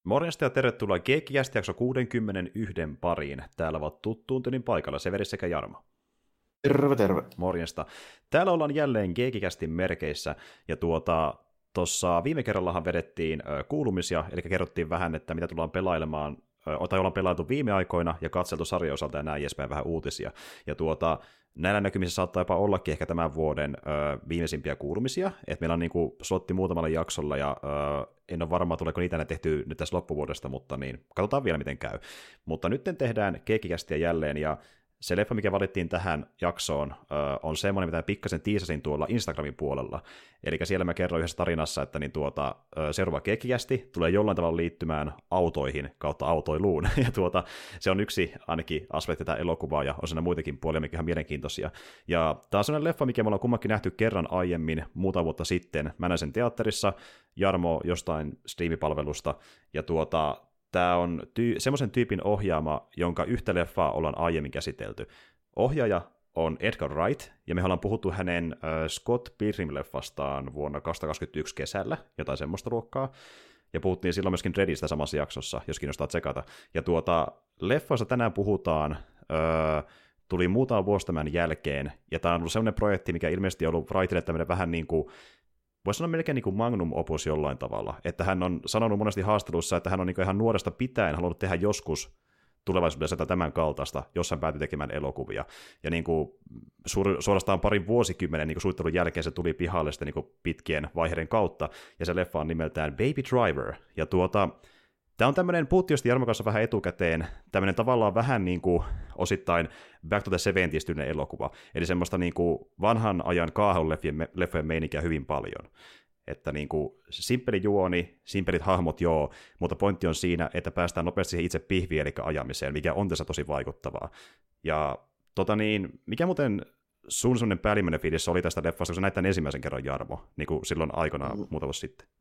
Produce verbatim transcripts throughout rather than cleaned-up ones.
Morjesta ja tervetuloa Geekkiästi jakso kuusikymmentäyksi pariin. Täällä ovat tuttuun tyylin paikalla Severi sekä Jarmo. Terve, terve. Morjesta. Täällä ollaan jälleen Geekkikästin merkeissä, ja tuota, tuossa viime kerrallahan vedettiin ö, kuulumisia, eli kerrottiin vähän, että mitä tullaan pelailemaan, ö, tai ollaan pelailtu viime aikoina, ja katseltu sarjan osalta ja näin edespäin vähän uutisia. Ja tuota, näillä näkymissä saattaa jopa ollakin ehkä tämän vuoden ö, viimeisimpiä kuulumisia, että meillä on niinku slotti muutamalla jaksolla, ja ö, en ole varma, tuleeko niitä tehty nyt tässä loppuvuodesta, mutta niin, katsotaan vielä miten käy. Mutta nyt tehdään Geekkikästiä jälleen, ja se leffa, mikä valittiin tähän jaksoon, on semmoinen, mitä pikkasen tiisasin tuolla Instagramin puolella. Eli siellä mä kerroin yhdessä tarinassa, että niin tuota, seuraava Geekkikästi tulee jollain tavalla liittymään autoihin kautta autoiluun. Ja tuota, se on yksi ainakin aspekti tätä elokuvaa, ja on siinä muitakin puolia, mikä on ihan mielenkiintoisia. Ja tämä on sellainen leffa, mikä me ollaan kummankin nähty kerran aiemmin, muutama vuotta sitten. Mä näin sen teatterissa, Jarmo jostain striimipalvelusta, ja tuota, tämä on tyy- semmoisen tyypin ohjaama, jonka yhtä leffaa ollaan aiemmin käsitelty. Ohjaaja on Edgar Wright, ja me ollaan puhuttu hänen äh, Scott Pilgrim-leffastaan vuonna kaksituhattakaksikymmentäyksi kesällä, jotain semmoista luokkaa. Ja puhuttiin silloin myöskin Dreadista samassa jaksossa, jos kiinnostaa tsekata. Ja tuota, leffoissa tänään puhutaan, äh, tuli muutama vuosi tämän jälkeen, ja tämä on ollut semmoinen projekti, mikä ilmeisesti on ollut Wrightille tämmöinen vähän niin kuin voisi sanoa melkein niin kuin magnum opus jollain tavalla, että hän on sanonut monesti haastattelussa, että hän on niin kuin ihan nuoresta pitäen halunnut tehdä joskus tulevaisuudessa tämän kaltaista, jos hän päätyi tekemään elokuvia. Ja niin kuin suorastaan parin vuosikymmenen niin kuin suunnittelun jälkeen se tuli pihalle sitten niin kuin pitkien vaiheiden kautta, ja se leffa on nimeltään Baby Driver. Ja tuota, tämä on tämmöinen, puhuttiin just Jarmo kanssa vähän etukäteen, tämmöinen tavallaan vähän niin kuin osittain Back to the seventies-tyylinen elokuva, eli semmoista niin kuin vanhan ajan kaahon-leffojen leffojen meininkiä hyvin paljon. Että niin kuin simppeli juoni, simppelit hahmot joo, mutta pointti on siinä, että päästään nopeasti siihen itse pihviin, eli ajamiseen, mikä on tässä tosi vaikuttavaa. Ja tota niin, mikä muuten sun semmoinen päällimmäinen fiilis oli tästä leffasta, kun sä näit tämän ensimmäisen kerran, Jarmo, niin kuin silloin aikanaan mm. muutama vuosi sitten?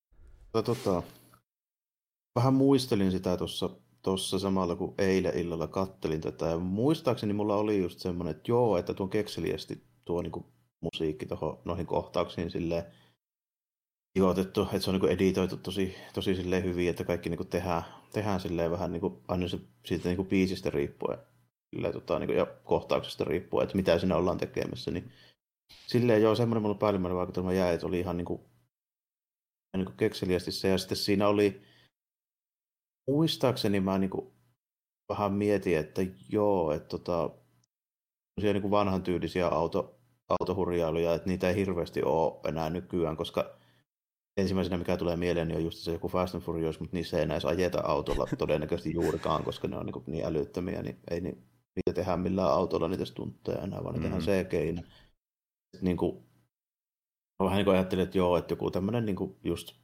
Tota, vähän muistelin sitä tuossa tuossa samalla, kun eilen illalla kattelin tätä. Ja muistaakseni mulla oli just semmoinen, että joo, että tuon kekseliästi tuo niinku musiikki tohon, noihin kohtauksiin silleen sijoitettu, että se on niinku editoitu tosi, tosi silleen hyvin, että kaikki niinku tehdään, tehdään silleen vähän niinku, aina se, siitä niinku biisistä riippuen silleen, tota, niinku, ja kohtauksesta riippuen, että mitä siinä ollaan tekemässä. Niin, silleen joo, semmoinen mulla päällimmäinen vaikutelma jäi, että oli ihan niinku, niinku kekseliästi se. Ja sitten siinä oli muistaakseni mä niinku vähän mietin, että joo, että tota, siellä niinku vanhan tyylisiä auto, autohurjailuja, että niitä ei hirveästi ole enää nykyään, koska ensimmäisenä mikä tulee mieleen niin on just se joku Fast and Furious, mutta niissä ei enää edes ajeta autolla todennäköisesti juurikaan, koska ne on niinku niin älyttömiä, niin ei ni, niitä tehdä millään autolla niitä stuntteja enää, vaan ne tehdään C G I-nä. Niinku, mä vähän niin kuin ajattelin, että joo, että joku tämmöinen niinku just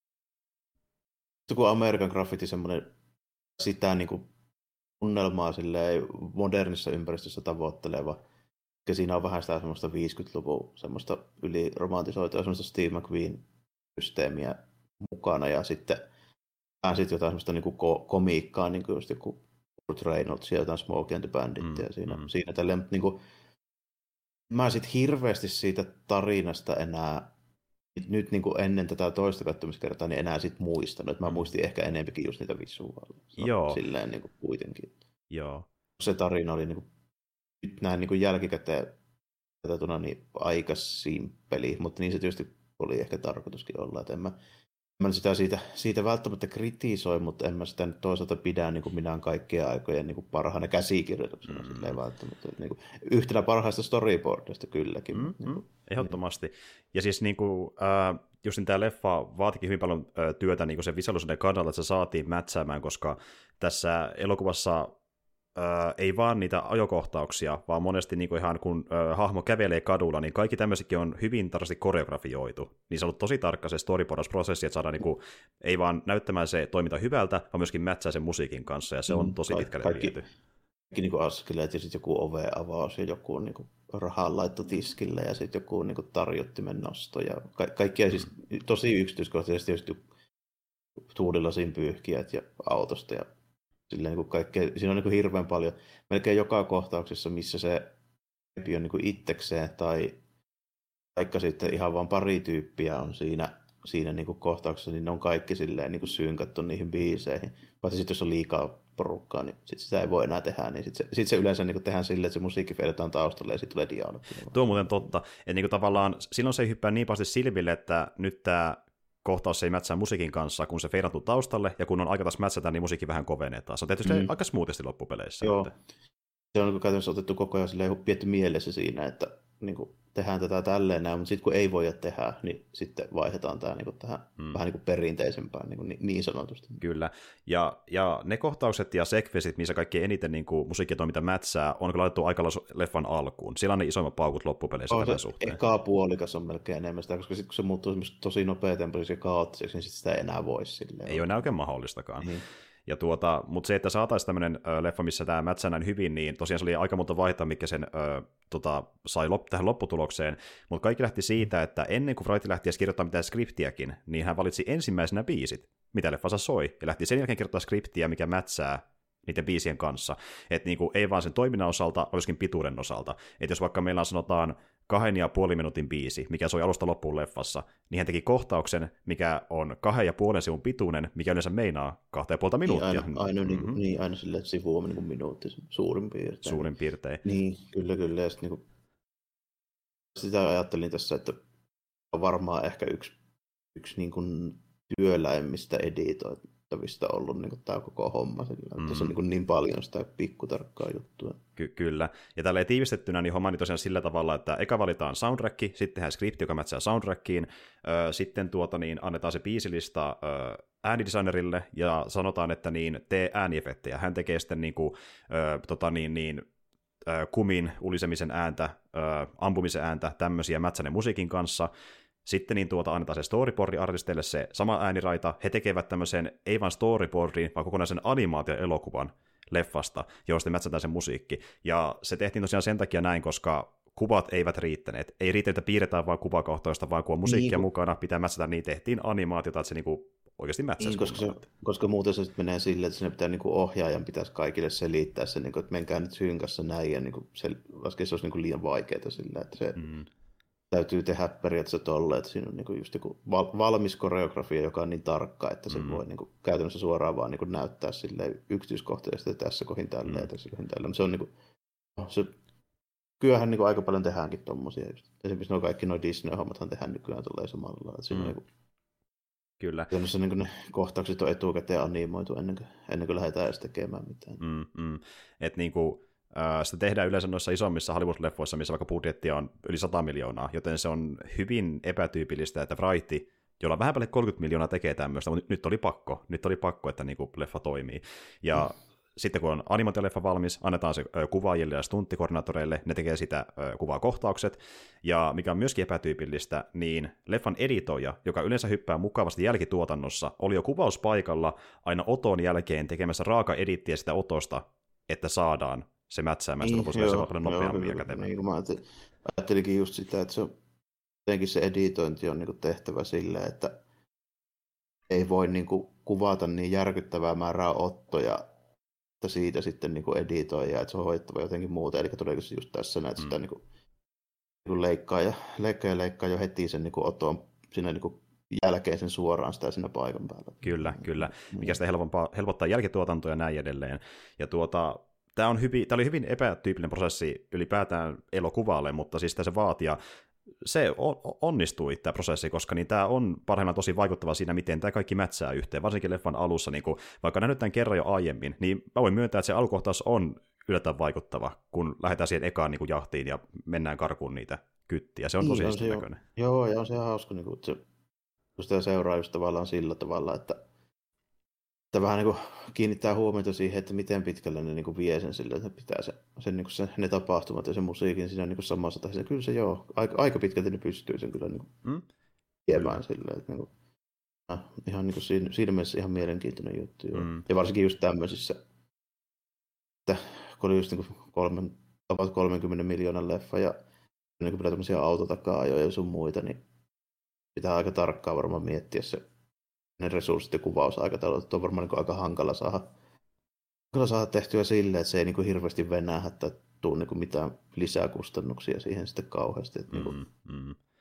joku American Graffiti semmoinen sitä niin kuin tunnelmaa silleen modernissa ympäristössä tavoitteleva. Ja siinä on vähän sitä semmoista viisikymmentäluvun semmoista yliromantisoitua semmoista Steve McQueen-systeemiä mukana. Ja sitten vähän sitten jotain semmoista niin kuin ko- komiikkaa, niin kuin just joku Burt Reynolds ja jotain Smokey and the Bandittia mm, siinä. Mm. siinä tälleen, niin kuin, mä sitten hirveästi siitä tarinasta enää nyt niin kuin ennen tätä toista katsomiskertaa niin enää sit muistanut. Mä muistin ehkä enempikin just niitä visuaaleja. Joo. Silleen niin kuin kuitenkin. Joo. Se tarina oli niin kuin, nyt näin niin kuin jälkikäteen katsottuna niin aika simppeli, mutta niin se tietysti oli ehkä tarkoituskin olla. Että en mä, en mä sitä siitä, siitä välttämättä kritisoi, mutta en mä sitä nyt toisaalta pidä niin kuin minään kaikkien aikojen niin kuin parhaana käsikirjoituksena. Mm. Silleen välttämättä. Niin kuin, yhtenä parhaista storyboardista kylläkin. Mm, niin kuin, ehdottomasti. Ja siis niin kuin, äh, just niin tämä leffa vaatikin hyvin paljon äh, työtä niin kuin sen visuaalisuuden kannalta, että se saatiin mätsäämään, koska tässä elokuvassa äh, ei vaan niitä ajokohtauksia, vaan monesti niin kuin ihan kun äh, hahmo kävelee kadulla, niin kaikki tämmöisetkin on hyvin tarkasti koreografioitu. Niin se on ollut tosi tarkka se storyboardausprosessi, että saadaan niin kuin, ei vaan näyttämään se toiminta hyvältä, vaan myöskin mätsää sen musiikin kanssa, ja se on tosi pitkälle kaikki, viety. Kaikki niin kuin askeleet ja sitten joku oven avaus ja joku niin kuin rahan laitto tiskille ja sitten joku niin kuin tarjottimen nosto ja ka- kaikkia siis tosi yksityiskohtaisesti just tuulilasin pyyhkijät ja autosta ja silleen niin kuin kaikkea. Siinä on niin kuin hirveän paljon, melkein joka kohtauksessa, missä se on niin kuin itsekseen tai vaikka sitten ihan vain pari tyyppiä on siinä siinä niin kuin kohtauksessa, niin ne on kaikki silleen niin kuin synkattu niihin biiseihin. Paitsi sitten jos on liikaa porukkaa, niin sit sitä ei voi enää tehdä, niin sitten se, sit se yleensä niin kuin tehdään silleen, että se musiikki feidataan taustalle ja sitten tulee dialogi. Tuo on muuten totta. Että niin kuin tavallaan silloin se ei hyppää niin pahasti silmille, että nyt tämä kohtaus ei mätsää musiikin kanssa, kun se feidatuu taustalle, ja kun on aika taas mätsätä, niin musiikki vähän kovennetaan. Se on tehty mm. aika smoothisti loppupeleissä. Joo. Että... Se on niin käytännössä otettu koko ajan silleen pietty mielessä siinä, että niin kuin tehdään tätä tälleen näin, mutta sitten kun ei voida tehdä, niin sitten vaihdetaan tämä niin kuin tähän mm. vähän niin kuin perinteisempään niin, kuin niin sanotusti. Kyllä, ja, ja ne kohtaukset ja sekvensit, missä kaikki eniten niin kuin musiikkitoiminta mätsää, on kyllä laitettu aika leffan alkuun. Siellä on ne isoimmat paukut loppupeleissä tämän suhteen. Eka puolikas on melkein enemmän sitä, koska sitten kun se muuttuu tosi nopeatempoiseksi ja kaoottiseksi, niin sitten sitä ei enää voi silleen. Ei ole enää oikein mahdollistakaan. Niin. Ja tuota, mutta se, että saataisiin tämmöinen ö, leffa, missä tämä mätsää näin hyvin, niin tosiaan se oli aika monta vaihtaa, mikä sen ö, tota, sai lop- tähän lopputulokseen, mutta kaikki lähti siitä, että ennen kuin Wright lähti edes kirjoittamaan mitään skriptiäkin, niin hän valitsi ensimmäisenä biisit, mitä leffassa soi, ja lähti sen jälkeen kirjoittaa skriptiä, mikä mätsää niiden biisien kanssa. Että niinku, ei vaan sen toiminnan osalta, olisikin pituuden osalta. Että jos vaikka meillä on sanotaan kahden ja puoli minuutin biisi, mikä soi alusta loppuun leffassa, niin hän teki kohtauksen, mikä on kahden ja puolen sivun pituinen, mikä yleensä meinaa kahta ja puolta minuuttia. Niin, aina, aina, mm-hmm. niin, niin, aina sille, että sivu on niin minuutti suurin piirtein. Suurin piirtein. Niin, kyllä, kyllä. Ja sitten, niin kuin, sitä ajattelin tässä, että on varmaan ehkä yksi, yksi niin kuin työläimmistä editoitavista ollut niin kuin tämä koko homma. Sillä, mm-hmm. Tässä on niin, kuin niin paljon sitä pikkutarkkaa juttua. Ky- kyllä. Ja tälleen tiivistettynä niin homma niin tosiaan sillä tavalla, että eka valitaan soundtrack, sitten tehdään skripti, joka mätsää soundtrackiin, öö, sitten tuota, niin annetaan se biisilista öö, äänidesignerille ja sanotaan, että niin, tee ääniefektejä. Hän tekee sitten niin kuin, öö, tota, niin, niin, öö, kumin, ulisemisen ääntä, öö, ampumisen ääntä, tämmöisiä mätsänen musiikin kanssa. Sitten niin tuota, annetaan se storyboardi artisteille se sama ääniraita. He tekevät tämmöisen, ei vain storyboardin, vaan kokonaisen animaatio-elokuvan leffasta, josta mätsätään se musiikki. Ja se tehtiin tosiaan sen takia näin, koska kuvat eivät riittäneet. Ei riitä, että piirretään vain kuvakohtausta, vaan kun on musiikkia niin, mukana, pitää mätsätä, niin tehtiin animaatiota, että se niinku oikeasti mätsäisi. Niin, koska, se, koska muuten se menee silleen, että sinne pitää niinku ohjaajan pitäisi kaikille selittää se, niinku, että menkää nyt synkassa näin, ja niinku se, varsinkin se olisi niinku liian vaikeaa silleen, että se mm. täytyy tehdä periaatteessa tolleen, että siinä on niinku just joku val- valmis koreografia, joka on niin tarkka, että se mm. voi niinku käytännössä suoraan vaan niinku näyttää silleen yksityiskohtaisesti, että tässä kohin tälleen ja tässä kohin tälleen. Se on niinku, se, kyllähän niinku aika paljon tehdäänkin tommosia just. Esimerkiksi nuo kaikki nuo Disney-hommathan tehdään nykyään tolleen samalla lailla. Siinä mm. niinku, kyllä. Käytännössä niinku ne kohtaukset on etukäteen animoitu ennen kuin, ennen kuin lähdetään edes tekemään mitään. Mm, mm. Että niinku sitä tehdään yleensä noissa isommissa Hollywood-leffoissa, missä vaikka budjetti on yli sata miljoonaa, joten se on hyvin epätyypillistä, että Wright, jolla on vähän päälle kolmekymmentä miljoonaa tekee tämmöistä, mutta nyt oli pakko, nyt oli pakko, että niin kuin leffa toimii. Ja mm. sitten kun on animaatioleffa valmis, annetaan se kuvaajille ja stunttikoordinaattoreille, ne tekee sitä kuvakohtaukset, ja mikä on myöskin epätyypillistä, niin leffan editoija, joka yleensä hyppää mukavasti jälkituotannossa, oli jo kuvauspaikalla aina oton jälkeen tekemässä raaka-edittiä sitä otosta, että saadaan se mätsäämään sitä lopussa se paljon nopeammin ja kätevän. Niin, mä ajattelinkin just sitä, että se on, jotenkin se editointi on niin tehtävä silleen, että ei voi niin kuin kuvata niin järkyttävää määrää ottoja, että siitä sitten niin editoija, että se on hoidettava jotenkin muuta. Eli tuleeko se just tässä näin, että mm. sitä niin kuin, niin kuin leikkaa, ja, leikkaa ja leikkaa jo heti sen niin kuin oton siinä niin kuin jälkeen sen suoraan sitä siinä paikan päällä. Kyllä, kyllä. Mikä sitä helpompaa, helpottaa jälkituotantoa ja näin edelleen. Ja tuota, Tämä, on hyvin, tämä oli hyvin epätyypillinen prosessi ylipäätään elokuvalle, mutta siis se vaatii, ja se onnistui tämä prosessi, koska niin tämä on parhaimmillaan tosi vaikuttava siinä, miten tämä kaikki mätsää yhteen, varsinkin leffan alussa. Niin kun, vaikka nähnyt tämän kerran jo aiemmin, niin mä voin myöntää, että se alkukohtaus on yllättävän vaikuttava, kun lähdetään siihen ekaan niin jahtiin ja mennään karkuun niitä kyttiä. Se on tosi niin, näköinen. Joo, ja on se hauska, niin että se, sitä seuraa just tavallaan sillä tavalla, että että vähän niin kuin kiinnittää huomiota siihen, että miten pitkälle ne niin kuin vie sen sille, että pitää se, sen, niin kuin se, ne tapahtumat ja se musiikin siinä niin kuin samassa tahdissa. Kyllä se joo, aika, aika pitkälti ne pystyy sen kyllä niin kuin mm? viemään silleen. Että niin kuin, äh, ihan niin kuin siinä, siinä mielessä ihan mielenkiintoinen juttu. Mm. Ja varsinkin just tämmöisissä, että kun oli just niin kuin kolmen, about kolmenkymmenen miljoonan leffa ja niin kuin tämmöisiä autotakaa-ajoja ja sun muita, niin pitää aika tarkkaan varmaan miettiä se ne resurssit ja kuvausaikataulut on varmaan niin aika hankala saada, hankala saada tehtyä silleen, että se ei niin kuin hirveästi venähä tai tule niin kuin mitään lisäkustannuksia siihen sitten kauheasti. Että mm, niin kuin, mm.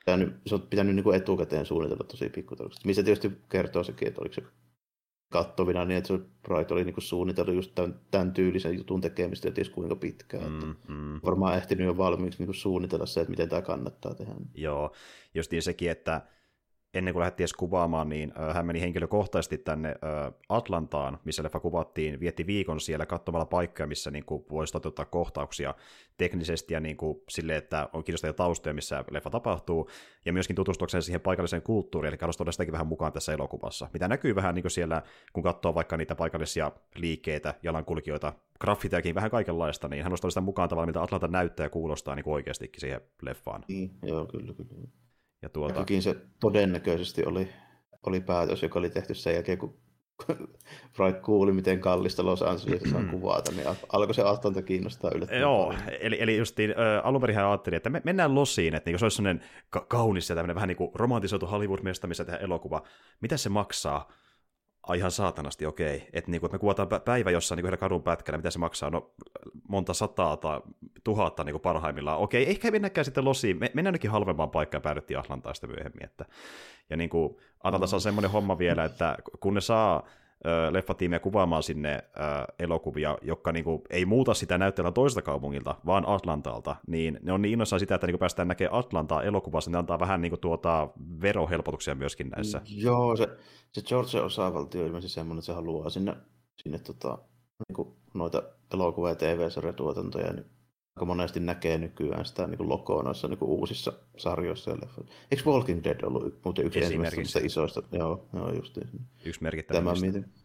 pitänyt, se on pitänyt niin kuin etukäteen suunnitella tosi pikkutarkasti. Mistä tietysti kertoo sekin, että oliko se kattovina niin, että se Wright oli niin kuin suunnitellut just tämän, tämän tyylisen jutun tekemistä ja ties kuinka pitkään. Mm, mm. Varmaan ehtinyt jo valmiiksi niin kuin suunnitella se, että miten tämä kannattaa tehdä. Joo, justiin sekin, että ennen kuin lähdettiin edes kuvaamaan, niin hän meni henkilökohtaisesti tänne Atlantaan, missä leffa kuvattiin, vietti viikon siellä katsomalla paikkoja, missä niin kuin voisi toteuttaa kohtauksia teknisesti ja niin kuin silleen, että on kiinnostavia taustoja, missä leffa tapahtuu, ja myöskin tutustuakseen siihen paikalliseen kulttuuriin, eli halusi tuoda sitäkin vähän mukaan tässä elokuvassa, mitä näkyy vähän niin kuin siellä, kun katsoo vaikka niitä paikallisia liikkeitä, jalankulkijoita, graffitejakin, vähän kaikenlaista, niin hän halusi tuoda sitä mukaan tavalla, mitä Atlanta näyttää ja kuulostaa niin kuin oikeastikin siihen leffaan. Niin, joo, kyllä, kyllä. Ja tuota... Toki se todennäköisesti oli, oli päätös, joka oli tehty sen jälkeen, kun Wright kuuli, miten kallista Los Angelesissa saa kuvata, niin alkoi se Atlanta kiinnostaa yllättävän. Joo, eli, eli justiin äh, alun perin hän ajatteli, että me, mennään Losiin, että niin se olisi sellainen ka- kaunis ja tämmöinen vähän niin kuin romantisoitu Hollywood-mesta, missä tehdään elokuva. Mitä se maksaa? Ai ihan saatanasti, okei. Että niin kuin, että me kuvataan päivä jossain niin kuin kadun pätkällä, mitä se maksaa? No monta sataa tai tuhatta niin kuin parhaimmillaan. Okei, ehkä mennäkään sitten Losiin. Me, mennään ainakin halvempaan paikkaan ja päädyttiin Atlantaan sitten myöhemmin. Että. Ja niin kuin Atlantassa on semmoinen homma vielä, että kun ne saa ö, leffatiimiä kuvaamaan sinne ö, elokuvia, jotka niin kuin, ei muuta sitä näyttelyä toiselta kaupungilta, vaan Atlantalta, niin ne on niin innoissaan sitä, että niin kuin päästään näkemään Atlantaa elokuvassa, niin ne antaa vähän niin kuin, tuota, verohelpotuksia myöskin näissä. Joo, se, se Georgian osavaltio on ilmeisesti semmoinen, että se haluaa sinne, sinne tota, niin kuin noita elokuva- ja T V-sarjatuotantoja, niin aika monesti näkee nykyään sitä niin kuin logoa noissa niin kuin uusissa sarjoissa ja leffoissa. Eikö Walking Dead ollut muuten yksi ensimmäistä isoista? Joo, joo justiin. Yksi merkittävä.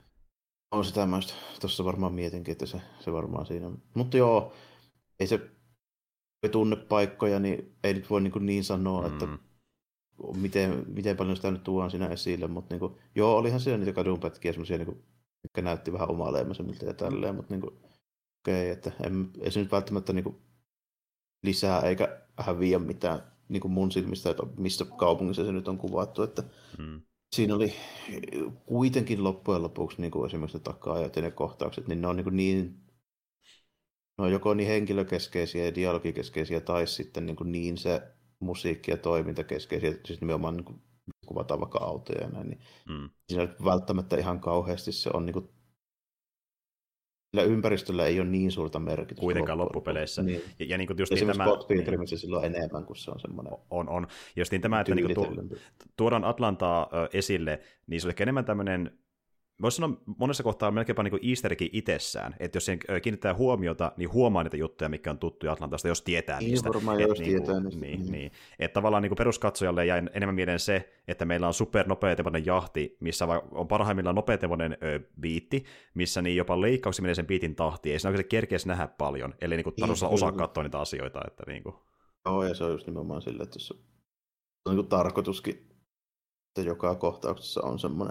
On sitä mä tuossa varmaan mietinkin, että se, se varmaan siinä. Mutta joo, ei se ei tunne paikkoja, niin ei nyt voi niin, niin sanoa, mm. että miten, miten paljon sitä nyt tuodaan siinä esille. Mutta niin kuin, joo, olihan siellä niitä kadunpätkiä semmoisia, niin jotka näytti vähän omaleimaisemmilta ja tälleen, mutta niin kuin, okei, että en, ei se nyt välttämättä niin kuin lisää eikä häviä mitään niin kuin mun silmistä, että missä kaupungissa se nyt on kuvattu, että mm. siinä oli kuitenkin loppujen lopuksi niin kuin esimerkiksi ne taka-ajat ja ne kohtaukset, niin ne on niin, niin ne on joko niin henkilökeskeisiä ja dialogikeskeisiä tai sitten niin, niin se musiikki- ja toimintakeskeisiä, siis nimenomaan niin kuin kuvataan vaikka autoja ja näin, niin mm. siinä välttämättä ihan kauheasti se on niin kuin sillä ympäristöllä ei ole niin suurta merkitystä. Kuitenkaan loppupeleissä. Niin. Ja, ja niin kuin just esimerkiksi tämä... Spot Pilgrimissä silloin enemmän, kuin se on semmoinen... On, on. Justiin tämä, että niin tuo, tuodaan Atlantaa ö, esille, niin se on ehkä enemmän tämmöinen, voisi sanoa monessa kohtaa melkeinpä niin kuin easter egg itsessään, että jos siihen kiinnittää huomiota, niin huomaa niitä juttuja, mikä on tuttuja Atlantasta, jos tietää niin, niistä. Varmaan et jos niin tietää kuin, niistä. Niin, niin. niin. Että tavallaan niin kuin peruskatsojalle jäi enemmän mieleen se, että meillä on supernopea tevoinen jahti, missä on parhaimmillaan nopea tevoinen ö, biitti, missä niin jopa leikkauksia menee sen biitin tahtiin, ei siinä oikeasti kerkeäisi nähdä paljon, eli niin tarvitse osaa katsoa niitä asioita. Että niin kuin. Joo, ja se on just nimenomaan sille, että se on niin kuin tarkoituskin, että joka kohtauksessa on semmoinen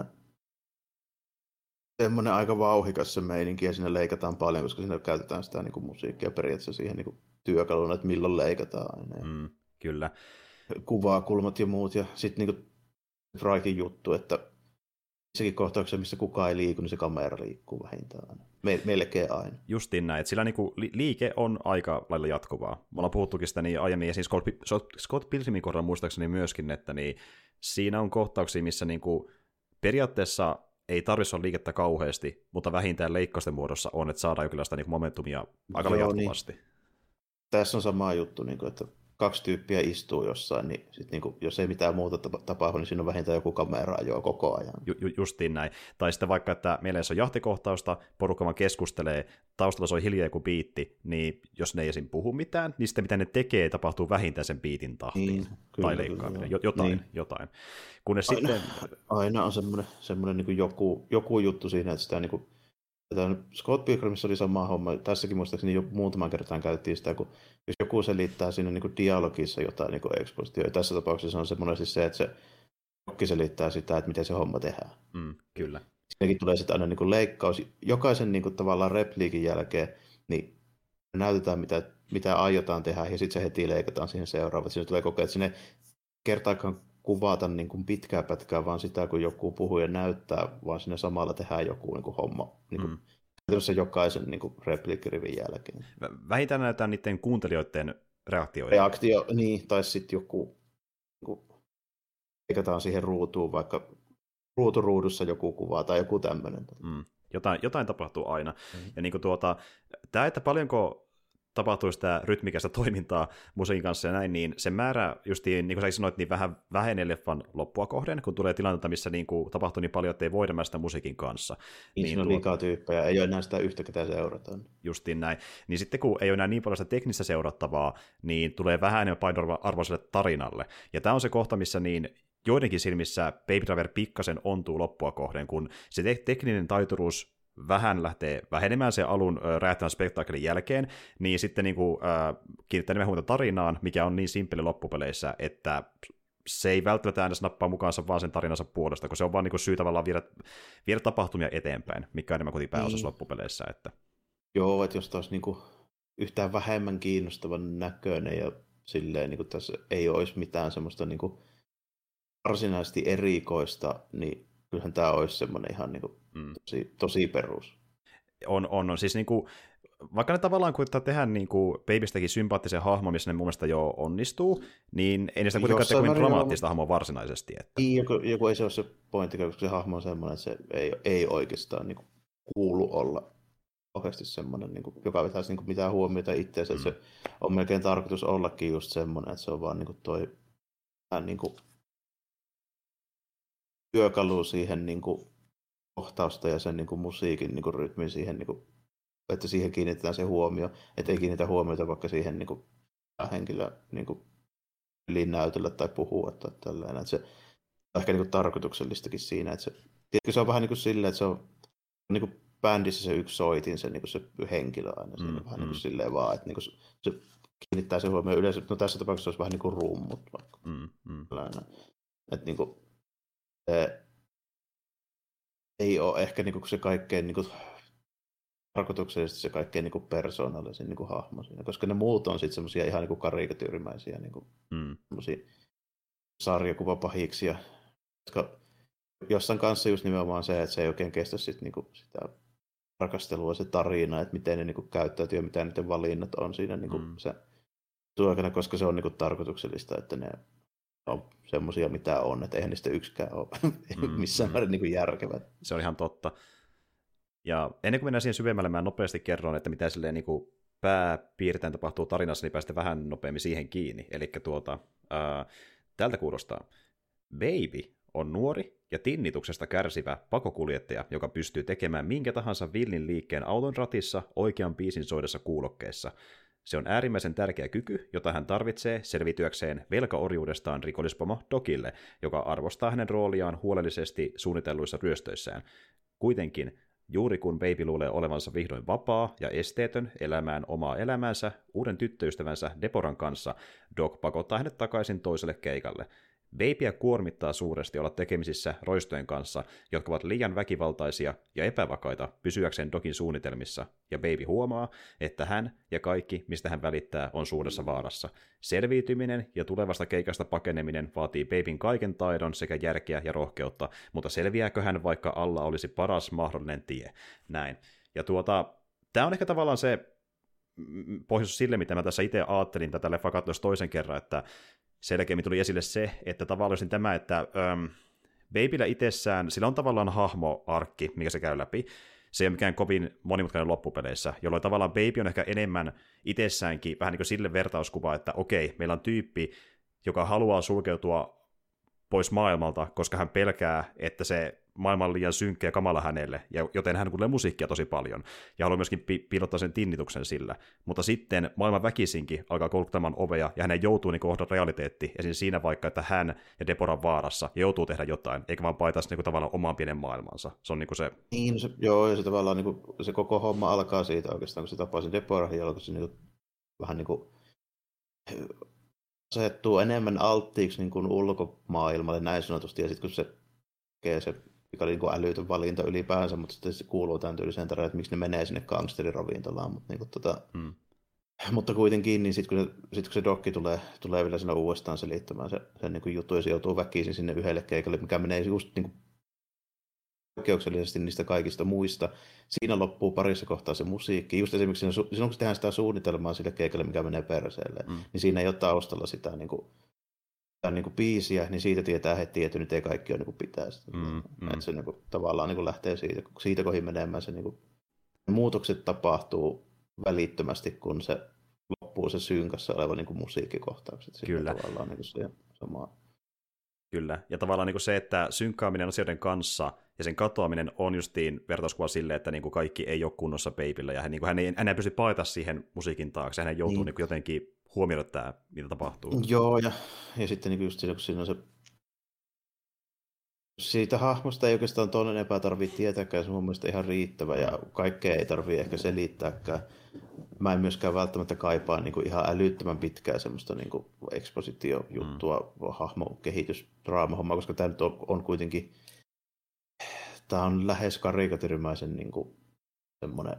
semmoinen aika vauhikas se meininki, ja siinä leikataan paljon, koska siinä käytetään sitä niin kuin musiikkia periaatteessa siihen niin kuin työkaluna, että milloin leikataan aina. Mm, kyllä. Kuvaa, kulmat ja muut, ja sitten niin Wrightin juttu, että sekin kohtauksessa, missä kukaan ei liiku, niin se kamera liikkuu vähintään aina. Me, melkein aina. Justiin näin, että sillä niinku liike on aika lailla jatkuvaa. Me ollaan puhuttukin sitä niin aiemmin, ja siis Scott, Scott Pilgrimin kohdalla muistaakseni myöskin, että niin siinä on kohtauksia, missä niinku periaatteessa ei tarvitse olla liikettä kauheasti, mutta vähintään leikkausten muodossa on, että saadaan jonkinlaista niin momentumia aika Joo, jatkuvasti. Niin. Tässä on sama juttu, niin kuin, että kaksi tyyppiä istuu jossain, niin, sit, niin kuin, jos ei mitään muuta tapahdu, niin siinä on vähintään joku kamera ajoa koko ajan. Ju, ju, justiin näin. Tai sitten vaikka, että meillä on jahtikohtausta, porukka vaan keskustelee, taustalla soi hiljaa joku biitti, niin jos ne ei esim. Puhu mitään, niin sitten mitä ne tekee, tapahtuu vähintään sen biitin tahtiin. Niin, kyllä, tai leikkaaminen. Kyllä, jotain, niin. jotain. Kunnes aina, sitten... aina on semmoinen, semmoinen niin kuin joku, joku juttu siinä, että sitä niin kuin Scott Pilgrimissa oli sama homma. Tässäkin muistaakseni jo muutaman kertaan käytettiin sitä, kun jos joku selittää siinä niin kuin dialogissa jotain niin kuin ekspositioa. Tässä tapauksessa on se monesti se, että se jokki selittää sitä, että miten se homma tehdään. Mm, kyllä. Siinäkin tulee sitten aina niin kuin leikkaus. Jokaisen niin kuin tavallaan repliikin jälkeen niin näytetään, mitä, mitä aiotaan tehdä, ja sitten se heti leikataan siihen seuraavaan. Siinä tulee kokea, että sinne kertaakaan kuvata niin kuin pitkää pätkää, vaan sitä, kun joku puhuu ja näyttää, vaan siinä samalla tehdään joku niin kuin homma. Niin kuin, mm. jokaisen niin kuin repliikkirivin jälkeen. Vähintään näytetään niiden kuuntelijoiden reaktioita. Reaktio, niin, tai sitten joku niin kuin leikataan siihen ruutuun vaikka ruuturuudussa joku kuva tai joku tämmöinen. Mm. Jotain, jotain tapahtuu aina. Mm. Ja niin kuin tuota, tämä, että paljonko tapahtuu sitä rytmikästä toimintaa musiikin kanssa ja näin, niin se määrä justiin, niin kuin sä sanoit, niin vähän vähenee leffan loppua kohden, kun tulee tilanteita, missä niin kuin tapahtuu niin paljon, että ei voida sitä musiikin kanssa. Niin, niin on liikaa tyyppejä, ei ole enää sitä yhtä, ketä seurataan. Justiin näin. Niin sitten kun ei ole enää niin paljon sitä teknistä seurattavaa, niin tulee vähän enemmän painoarvoiselle tarinalle. Ja tämä on se kohta, missä niin joidenkin silmissä Baby Driver pikkasen ontuu loppua kohden, kun se te- tekninen taituruus vähän lähtee vähenemään sen alun äh, räjähtävän spektaakkelin jälkeen, niin sitten niin kuin, äh, kiinnittää enemmän huomiota tarinaan, mikä on niin simppeli loppupeleissä, että se ei välttämättä aina nappaa mukaansa vaan sen tarinansa puolesta, kun se on vaan niin kuin syy tavallaan viedä, viedä tapahtumia eteenpäin, mikä on enemmän kuin pääosassa niin loppupeleissä. Että... Joo, että jos taas niin kuin yhtään vähemmän kiinnostavan näköinen ja silleen, niin kuin tässä ei olisi mitään semmoista niin kuin varsinaisesti erikoista, niin kyllähän tämä olisi semmoinen ihan niin kuin mm. tosi, tosi perus. On, on, on. Siis niin kuin, vaikka ne tavallaan koittaa tehdä niin kuin Babystäkin sympaattisen hahmo, missä ne mun mielestä jo onnistuu, niin ei niistä kuitenkaan tee kovin dramaattista on... hahmoa varsinaisesti. Että... Joku, joku ei se ole se pointti, koska se hahmo on semmoinen, että se ei, ei oikeastaan niin kuin kuulu olla oikeasti semmoinen, niin kuin, joka pitäisi niin kuin mitään huomiota itseensä. Mm. Se on melkein tarkoitus ollakin just semmoinen, että se on vaan niin kuin toi vähän niin kuin työkalu siihen niin kuin kohtausta ja sen niin kuin musiikin niin kuin rytmin siihen, niin kuin, että siihen kiinnitetään se huomio, että ei kiinnitä huomiota vaikka siihen niin kuin henkilö niin kuin näytellä tai puhua tai tällainen. Että se on ehkä niin kuin tarkoituksellistakin siinä, että se, tiedätkö, se on vähän niin kuin silleen, että se on niin kuin bändissä se yksi soitin, se, niin kuin se henkilö aina siinä, mm, vähän mm. niin kuin silleen vaan, että niin kuin se, se kiinnittää se huomioon yleensä, no tässä tapauksessa se olisi vähän niin kuin rummut vaikka. Mm, mm. Että niin kuin se ei ole ehkä niin kuin se kaikkein niin kuin tarkoituksellisesti se kaikkein niin kuin persoonallisin niin kuin hahmo siinä, koska ne muut on sitten semmoisia ihan niin kuin karikatyyrimäisiä niin kuin mm. sarjakuvapahiksia, jotka jossain kanssa just nimenomaan se, että se ei oikein kestä sit niin kuin sitä rakastelua, se tarina, että miten ne niin kuin käyttäytyy ja mitä niiden valinnat on siinä niin kuin mm. se aikana, koska se on niin kuin tarkoituksellista, että ne on semmoisia, mitä on, että eihän niistä yksikään ole mm, missään mm. määrin niin kuin järkevät. Se on ihan totta. Ja ennen kuin mennään siihen syvemmälle, mä nopeasti kerron, että mitä silleen niin kuin pääpiirtein tapahtuu tarinassa, niin päästä vähän nopeammin siihen kiinni. Eli tuota, ää, tältä kuulostaa. Baby on nuori ja tinnituksesta kärsivä pakokuljettaja, joka pystyy tekemään minkä tahansa villin liikkeen auton ratissa oikean biisin soidessa kuulokkeessa. Se on äärimmäisen tärkeä kyky, jota hän tarvitsee selvityäkseen velkaorjuudestaan rikollispomo Docille, joka arvostaa hänen rooliaan huolellisesti suunnitelluissa ryöstöissään. Kuitenkin, juuri kun Baby luulee olevansa vihdoin vapaa ja esteetön elämään omaa elämäänsä uuden tyttöystävänsä Deporan kanssa, Doc pakottaa hänet takaisin toiselle keikalle. Babyä kuormittaa suuresti olla tekemisissä roistojen kanssa, jotka ovat liian väkivaltaisia ja epävakaita pysyäkseen Docin suunnitelmissa, ja Baby huomaa, että hän ja kaikki, mistä hän välittää, on suuressa vaarassa. Selviytyminen ja tulevasta keikasta pakeneminen vaatii Babyn kaiken taidon sekä järkeä ja rohkeutta, mutta selviääkö hän, vaikka alla olisi paras mahdollinen tie? Näin. Ja tuota, tämä on ehkä tavallaan se pohjus sille, mitä mä tässä itse ajattelin tätä leffa katsoessa toisen kerran, että selkeämmin tuli esille se, että tavallaan tämä, että äm, Babyllä itsessään, sillä on tavallaan hahmoarkki, mikä se käy läpi. Se ei ole mikään kovin monimutkainen loppupeleissä, jolloin tavallaan Baby on ehkä enemmän itsessäänkin vähän niin kuin sille vertauskuva, että okei, meillä on tyyppi, joka haluaa sulkeutua pois maailmalta, koska hän pelkää, että se maailma on liian synkkä ja kamala hänelle, ja joten hän kuulee musiikkia tosi paljon, ja haluaa myöskin pi- piilottaa sen tinnituksen sillä. Mutta sitten maailman väkisinkin alkaa kouluttamaan ovea, ja hänen joutuu niin kohdata realiteetti, esim. Siinä vaikka, että hän ja Deborah on vaarassa, ja joutuu tehdä jotain, eikä vaan paitaisi niin tavallaan omaan pienen maailmansa. Se on niin kuin se... Niin, se, joo, ja se tavallaan niin kuin, se koko homma alkaa siitä oikeastaan, kun se tapaa sen Deborah, jolloin se niin kuin, vähän niin kuin asettuu enemmän alttiiksi niin kuin ulkomaailmalle näin sanotusti, ja sitten kun se tekee se mikä oli niin älytön valinta ylipäänsä, mutta sitten se kuuluu tämän tyyliseen tarinaan, että miksi ne menee sinne gangsterirovintolaan. Mutta, niin kuin, tota, mm. mutta kuitenkin, niin sitten kun, sit, kun se dokki tulee, tulee vielä sinne uudestaan selittämään se, sen niin juttu, ja se joutuu väkisin sinne yhdelle keikalle, mikä menee just niin kuin, poikkeuksellisesti niistä kaikista muista. Siinä loppuu parissa kohtaa se musiikki. Just esimerkiksi siinä, silloin, kun se tehdään sitä suunnitelmaa sille keikalle, mikä menee perseelle, mm. niin siinä ei ole taustalla sitä niin kuin, niin kuin biisiä, niin siitä tietää heti, että nyt ei kaikki ole niin kuin pitää sitä. Mm, mm. Että se niin kuin, tavallaan niin kuin lähtee siitä, siitä kohin menemään. Se, niin kuin, muutokset tapahtuu välittömästi, kun se loppuu se synkassa oleva niin kuin musiikkikohtaukset. Kyllä. Tavallaan niin kuin se sama. Kyllä, ja tavallaan niin kuin se, että synkkaaminen asioiden kanssa ja sen katoaminen on justiin vertauskuva sille, että niin kuin kaikki ei ole kunnossa Babyllä, ja hän, niin kuin, hän, ei, hän ei pysty paeta siihen musiikin taakse, hän joutuu niin. Niin kuin jotenkin huomioida tämä, mitä tapahtuu. Joo, ja, ja sitten niin just siinä, kun siinä on se siitä hahmosta ei oikeastaan tuon enempää tarvitse tietääkään, se on mun mielestä ihan riittävä, ja kaikkea ei tarvitse ehkä selittääkään. Mä en myöskään välttämättä kaipaa niin kuin ihan älyttömän pitkää semmoista niin kuin ekspositiojuttua, mm. hahmon kehitysdraamahommaa, koska tämä nyt on, on kuitenkin, tämä on lähes karikatyrimäisen niin kuin semmoinen.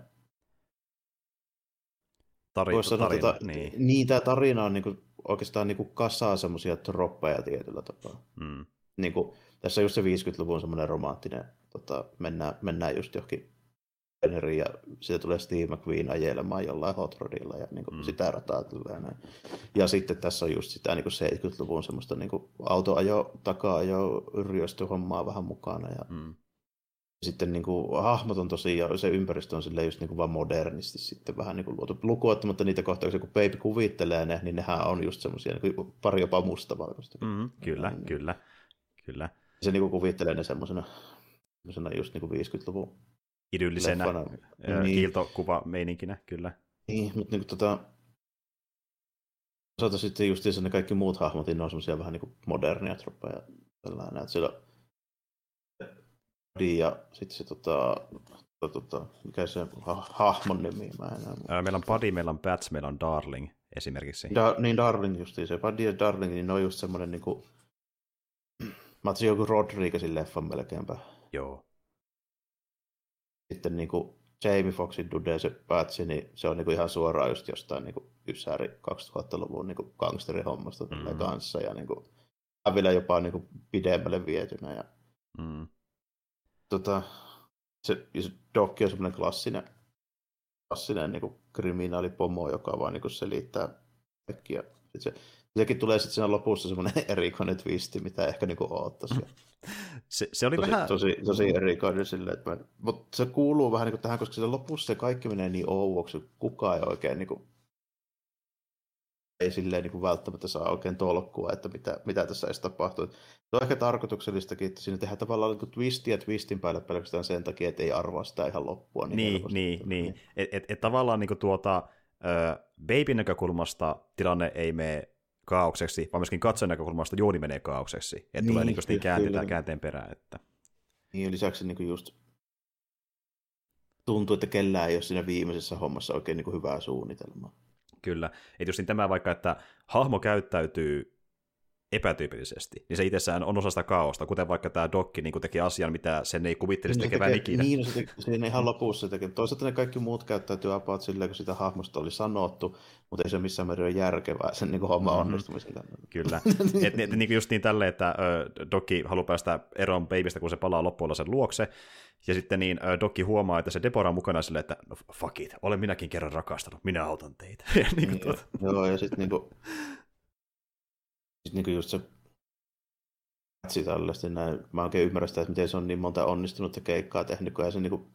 Tarina, sanoa, tarina tota, niin. niin, tämä tarina on niin kuin, oikeastaan niin kuin kasaa semmoisia troppeja tietyllä tapaa. Mm. Niin kuin, tässä on just se viisikymmentäluvun semmoinen romanttinen, tota, mennään, mennään just johonkin Beneriin ja siitä tulee Steve McQueen ajelemaan jollain hot rodilla ja niin kuin mm. sitä rataa tulee näin. Ja sitten tässä on just sitä niin kuin seitsemänkymmentäluvun semmoista niin kuin autoajo, taka-ajo, ryöstöhommaa vähän mukana. Ja mm. sitten niin kuin, hahmot on tosi, ja se ympäristö on silleen just niin kuin vaan modernisti sitten vähän niin kuin luotu. Lukuottamatta niitä kohtauksia, kun Baby kuvittelee ne, niin nehän on just semmoisia niin kuin pari jopa mustavalkoista. Mm, kyllä, niin, kyllä, kyllä. Se niin kuin kuvittelee ne semmoisena just niin kuin viisikymmentäluvun idyllisenä niin. Kiiltokuva meininkinä, kyllä. Niin, mutta niin kuin tota, osalta sitten justiinsa ne kaikki muut hahmot, niin ne on semmoisia vähän niin kuin modernia troppeja. Tällainen, että siellä ja sitten se tota, tota, mikä se ha- hahmon nimi, mä en enää. Meillä on Buddy, meillä on Bats, meillä on Darling esimerkiksi. Da- niin Darling justiin se. Buddy ja Darling, niin ne on just semmoinen niinku, mä ottaisin joku Rodriguezin leffan melkeinpä. Joo. Sitten niinku Jamie Foxxin Dude, se Batsi, niin se on niinku ihan suoraan just jostain niinku Ysääri kaksituhattaluvun niinku gangsterihommasta mm-hmm. kanssa ja niinku vielä jopa niinku pidemmälle vietynä. Ja, mm. tota, se, se Dokki on semmoinen klassinen, klassinen niinku kriminaalipomo, joka vaan niinku selittää kaikkia. Se, sekin tulee sitten siinä lopussa semmoinen erikoinen twisti, mitä ehkä niinku oottaisi. Se, se oli tosi, vähän... Tosi, tosi erikoinen silleen, että mä... Mutta se kuuluu vähän niin kuin tähän, koska se lopussa se kaikki menee niin ouvoksi, kukaan ei oikein niin kuin... ei silleen niin kuin välttämättä saa oikein tolkkua, että mitä, mitä tässä edes tapahtuu. Se on ehkä tarkoituksellistakin, että siinä tehdään tavallaan niin kuin twistiä twistin päälle pelkästään sen takia, että ei arvaa sitä ihan loppua. Niin, niin, niin, niin. niin. Että et, et tavallaan niin kuin tuota, äh, Babyn näkökulmasta tilanne ei mene kaaukseksi, vaan myöskin katsojan näkökulmasta juoni menee kaaukseksi. Että niin, tulee niin kuin käänteen, käänteen perään. Että... Niin, lisäksi niin kuin just tuntuu, että kellään ei ole siinä viimeisessä hommassa oikein niin kuin hyvää suunnitelmaa. Kyllä. Että just niin tämä vaikka, että hahmo käyttäytyy epätyypillisesti, niin se itsessään on osa sitä kaaosta, kuten vaikka tämä Dokki niin teki asian, mitä sen ei kuvittelisi niin tekevän ikinä. Niin, se teki, siinä ihan lopussa se teki. Toisaalta ne kaikki muut käyttäytyy about silleen, kun sitä hahmosta oli sanottu, mutta ei se missään määrin ole järkevää sen niin homman mm-hmm. onnistumisen kannalta. Kyllä. Että et, niin just niin tälleen, että uh, Dokki haluaa päästä eroon Babystä, kun se palaa loppuilla sen luokse, ja sitten niin uh, Dokki huomaa, että se Deborah on mukana silleen, että no fuck it, olen minäkin kerran rakastanut, minä autan teitä. niin, niin, tuota. Joo, ja sitten niinku... Sitten niin just se patsi tällaista, näin. Mä oikein ymmärrän sitä, että miten se on niin monta onnistunutta keikkaa tehnyt, kun se, niin kuin,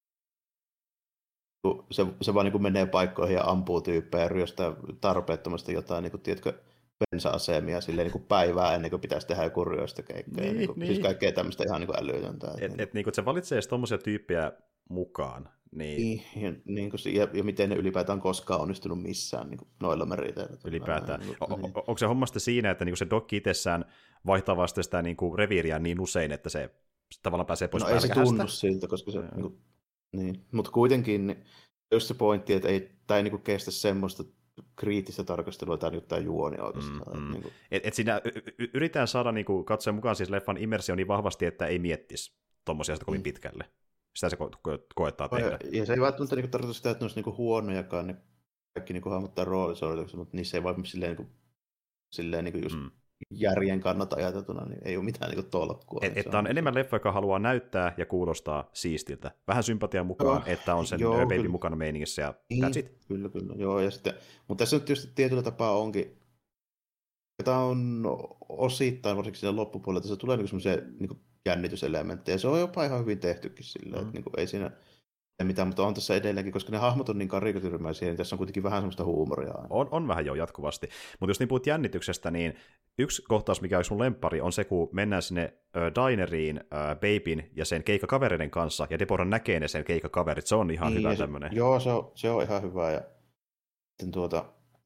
se, se vaan niin kuin menee paikkoihin ja ampuu tyyppejä ja ryöstää tarpeettomasti jotain, niin kuin, tiedätkö, bensa-asemia silleen, niin kuin päivää ennen kuin pitäisi tehdä joku ryöstökeikka. Niin, niin kuin, niin. Siis kaikkea tämmöistä ihan niin kuin älytöntä. Et, et, et, niin kuin, se valitsee tommosia tyyppejä mukaan. Niin, niin, ja, niin kuin, ja, ja miten ne ylipäätään koskaan onnistunut missään niin kuin noilla meriteillä. Ylipäätään. Niin, o- niin. Onko se hommasta siinä, että niin kuin se Dokki itsessään vaihtaa vasta sitä niin kuin reviiriä niin usein, että se tavallaan pääsee pois no ei se tunnu siltä, koska se... Niin kuin, niin. Mutta kuitenkin niin, just se pointti, että ei, tämä ei niin kuin kestä semmoista kriittistä tarkastelua tai jotain juoni oikeastaan. Mm, mm. Niin kuin... et, et siinä y- yritetään saada niin kuin, katsoa mukaan siis leffan immersio niin vahvasti, että ei miettisi tommosia sitä kovin mm. pitkälle. Sitä se ko- ko- koettaa tehdä. Ja, ja se ei välttämättä niinku tarkoita sitä, että ne olisi niinku huonojakaan ne kaikki niinku hahmottaa roolisuoritukset, mutta niissä ei vaan silleen, niinku, silleen niinku just mm. järjen kannalta ajateltuna, niin ei ole mitään niinku tolkkua. Et, että on enemmän leffa, joka haluaa näyttää ja kuulostaa siistiltä. Vähän sympatian mukaan, oh, että on sen joo, Baby kyllä. Mukana meiningissä ja niin, that's it. Kyllä, kyllä. Joo, ja sitten, mutta tässä nyt tietysti tietyllä tapaa onkin Tämä on osittain, varsinkin siinä loppupuolella, että se tulee niinku semmoisia niinku jännityselementtejä. Se on jopa ihan hyvin tehtykin silleen, mm. että niinku ei siinä mitään, mutta on tässä edelleenkin, koska ne hahmot on niin karikatyyrimäisiä, niin tässä on kuitenkin vähän semmoista huumoria aina. On, on vähän jo jatkuvasti. Mutta jos niin puhut jännityksestä, niin yksi kohtaus, mikä on sun lemppari, on se, kun mennään sinne äh, dineriin äh, Babyn ja sen keikkakavereiden kanssa, ja Deborah näkee ne sen keikkakaverit. Se on ihan niin, hyvä tämmöinen. Joo, se on, se on ihan hyvä. Ja sitten tuota,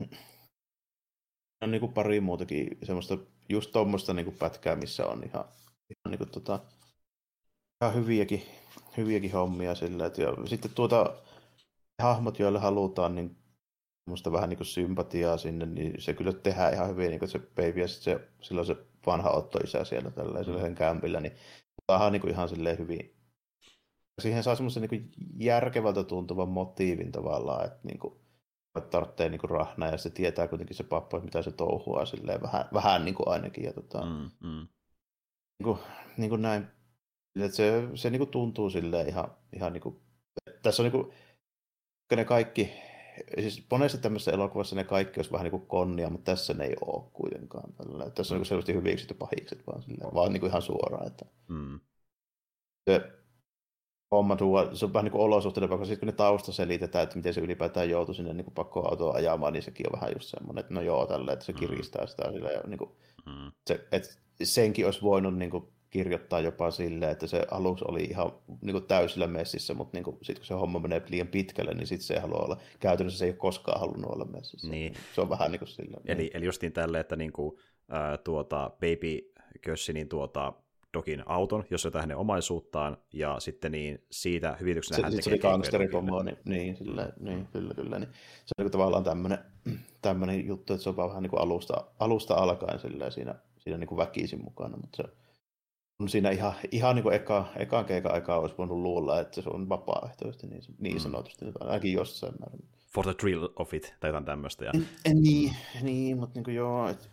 on niin kuin pari muutakin semmoista, just tuommoista niin kuin pätkää, missä on ihan, ihan, niin kuin, tota, ihan hyviäkin, hyviäkin hommia sillä. Et, ja sitten tuota, hahmot, joille halutaan niin musta vähän niin kuin sympatiaa sinne, niin se kyllä tehdään ihan hyvin, niin kuin se Baby ja sitten se, silloin se vanha Otto-isä siellä tällaisella sen kämpillä, niin saadaan niin kuin ihan silleen hyvin. Siihen saa semmoisen niin kuin järkevältä tuntuvan motiivin tavallaan, että niin kuin tarvitsee niin kuin rahnaa ja se tietää kuitenkin se pappa, mitä se touhuaa silleen vähän, vähän niin kuin ainakin. Ja tota, mm, mm. Niin, kuin, niin kuin näin, että se, se niin kuin tuntuu silleen ihan, ihan niin kuin, tässä on niin kuin, ne kaikki, siis monesti tämmöisessä elokuvassa ne kaikki olisi vähän niin kuin konnia, mutta tässä ne ei ole kuitenkaan. Tällä. Tässä on niin selvästi hyvikset ja pahikset vaan, silleen, vaan niin kuin ihan suoraan. Että mm. se homma tuo, se on vähän niin kuin olosuhteiden, koska sitten kun ne tausta selitetään, että miten se ylipäätään joutui sinne niin kuin pakkoautoon ajamaan, niin sekin on vähän just semmoinen, että no joo, tällä, että se kiristää sitä silleen, ja niin kuin, mm. se, että senkin olisi voinut niin kuin kirjoittaa jopa silleen, että se alus oli ihan niin kuin täysillä messissä, mutta niin sitten kun se homma menee liian pitkälle, niin sitten se ei halua olla. Käytännössä se ei ole koskaan halunnut olla messissä. Niin. Se on vähän niin kuin silleen. Eli, eli justiin tälleen, että niin kuin, ää, tuota, Baby kössi niin tuota, Dokin auton, jos jotain hänen omaisuuttaan, ja sitten niin siitä hyvityksenä se, hän tekee... Se oli gangsteripomoa, niin, niin, sillä, niin kyllä, kyllä. Niin. Se on niin tavallaan tämmöinen juttu, että se on vaan vähän niin kuin alusta, alusta alkaen silleen, siinä, siinä niin kuin väkisin mukana, mutta se on siinä ihan, ihan niin kuin eka, ekan keikan aikaa olisi voinut luulla, että se on vapaaehtoisesti niin, niin sanotusti, mm. ainakin jossain määrin. For the thrill of it, tai jotain tämmöistä. Ja... En, en, niin, niin, mutta niin kuin joo, että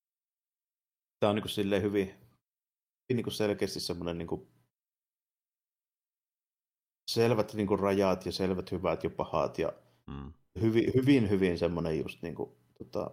tämä on niin kuin silleen hyvin, niin kuin selkeästi semmoinen niin kuin selvät niin kuin rajat ja selvät hyvät ja pahat ja mm. hyvin, hyvin, hyvin semmoinen just niin kuin, tota,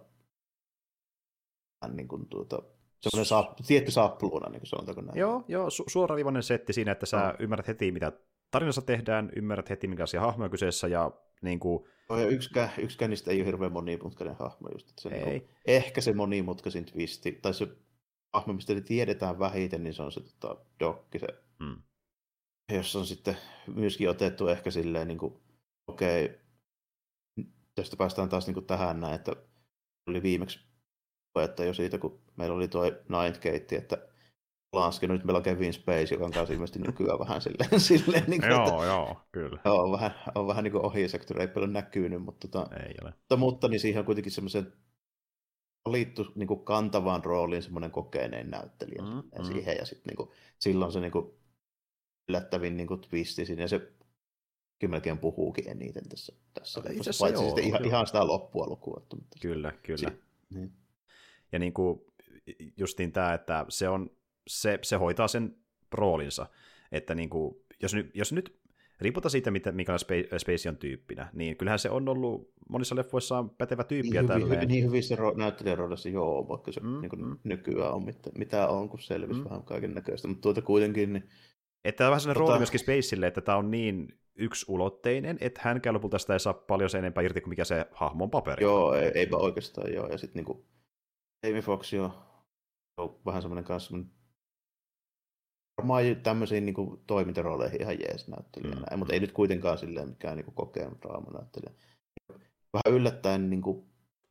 niin kuin, tuota, semmoinen saap, tietty saapluuna, niin kuin sanotaanko näin. Joo, joo su- suoraviivainen setti siinä, että sä no. ymmärrät heti, mitä tarinassa tehdään, ymmärrät heti, mikä asia hahmo on kyseessä, ja niin kuin... No, ja yksikään, yksikään niistä ei ole hirveän monimutkainen hahmo, just, että se ei. Niin kuin, ehkä se monimutkaisin twisti, tai se hahmo, mistä tiedetään vähiten, niin se on se tota, Dokki, se, mm. jossa on sitten myöskin otettu ehkä silleen, niin kuin, okei, okay, tästä päästään taas niin kuin tähän näin, että oli viimeksi että jo siitä, kun meillä oli tuo Nightgate, että Lansky, no nyt meillä on Kevin Spacey, joka on kanssa ilmeisesti nykyään vähän silleen, silleen niin kuin, joo, että, joo, kyllä. Joo, on vähän, on vähän niin kuin ohi sektori, ei paljon näkynyt, mutta, tota, ei ole. Mutta, mutta niin siihen on kuitenkin semmoisen valittu niin kuin kantavaan rooliin semmoinen kokeneen näyttelijä mm, ja mm. siihen, ja sitten niin kuin, silloin se niin kuin, yllättävin niin kuin twisti siinä, ja se melkein puhuukin eniten tässä. tässä paitsi sitten ihan, ihan sitä loppua lukuun. Kyllä, kyllä. Si- niin. Ja niin kuin justiin tämä, että se, on, se, se hoitaa sen roolinsa, että niin kuin, jos, nyt, jos nyt riipputaan siitä, mikä Spacey on tyyppinä, niin kyllähän se on ollut monissa leffoissaan pätevä tyyppi. Niin, hyvin, hyvin, niin hyvissä ro- näyttelijän roolissa joo, vaikka se mm, niin kuin mm. nykyään on, mitä, mitä on, kun selvisi mm. vähän kaiken näköistä, mutta tuota kuitenkin... Niin, että tämä on vähän sellainen tota... rooli myöskin Spaceylle, että tämä on niin yksulotteinen, että hänkään lopulta sitä ei saa paljon se enempää irti kuin mikä se hahmo on paperilla. Joo, ei, eipä oikeastaan joo, ja sitten niin kuin Jamie Foxx on, on vähän semmoinen kanssa semmoinen, varmaan tämmöisiin niin kuin toimintarooleihin ihan jees näyttelijänä, mm. mutta ei nyt kuitenkaan silleen mikään niin kuin kokenut draamanäyttelijä. Vähän yllättäen, niin kuin,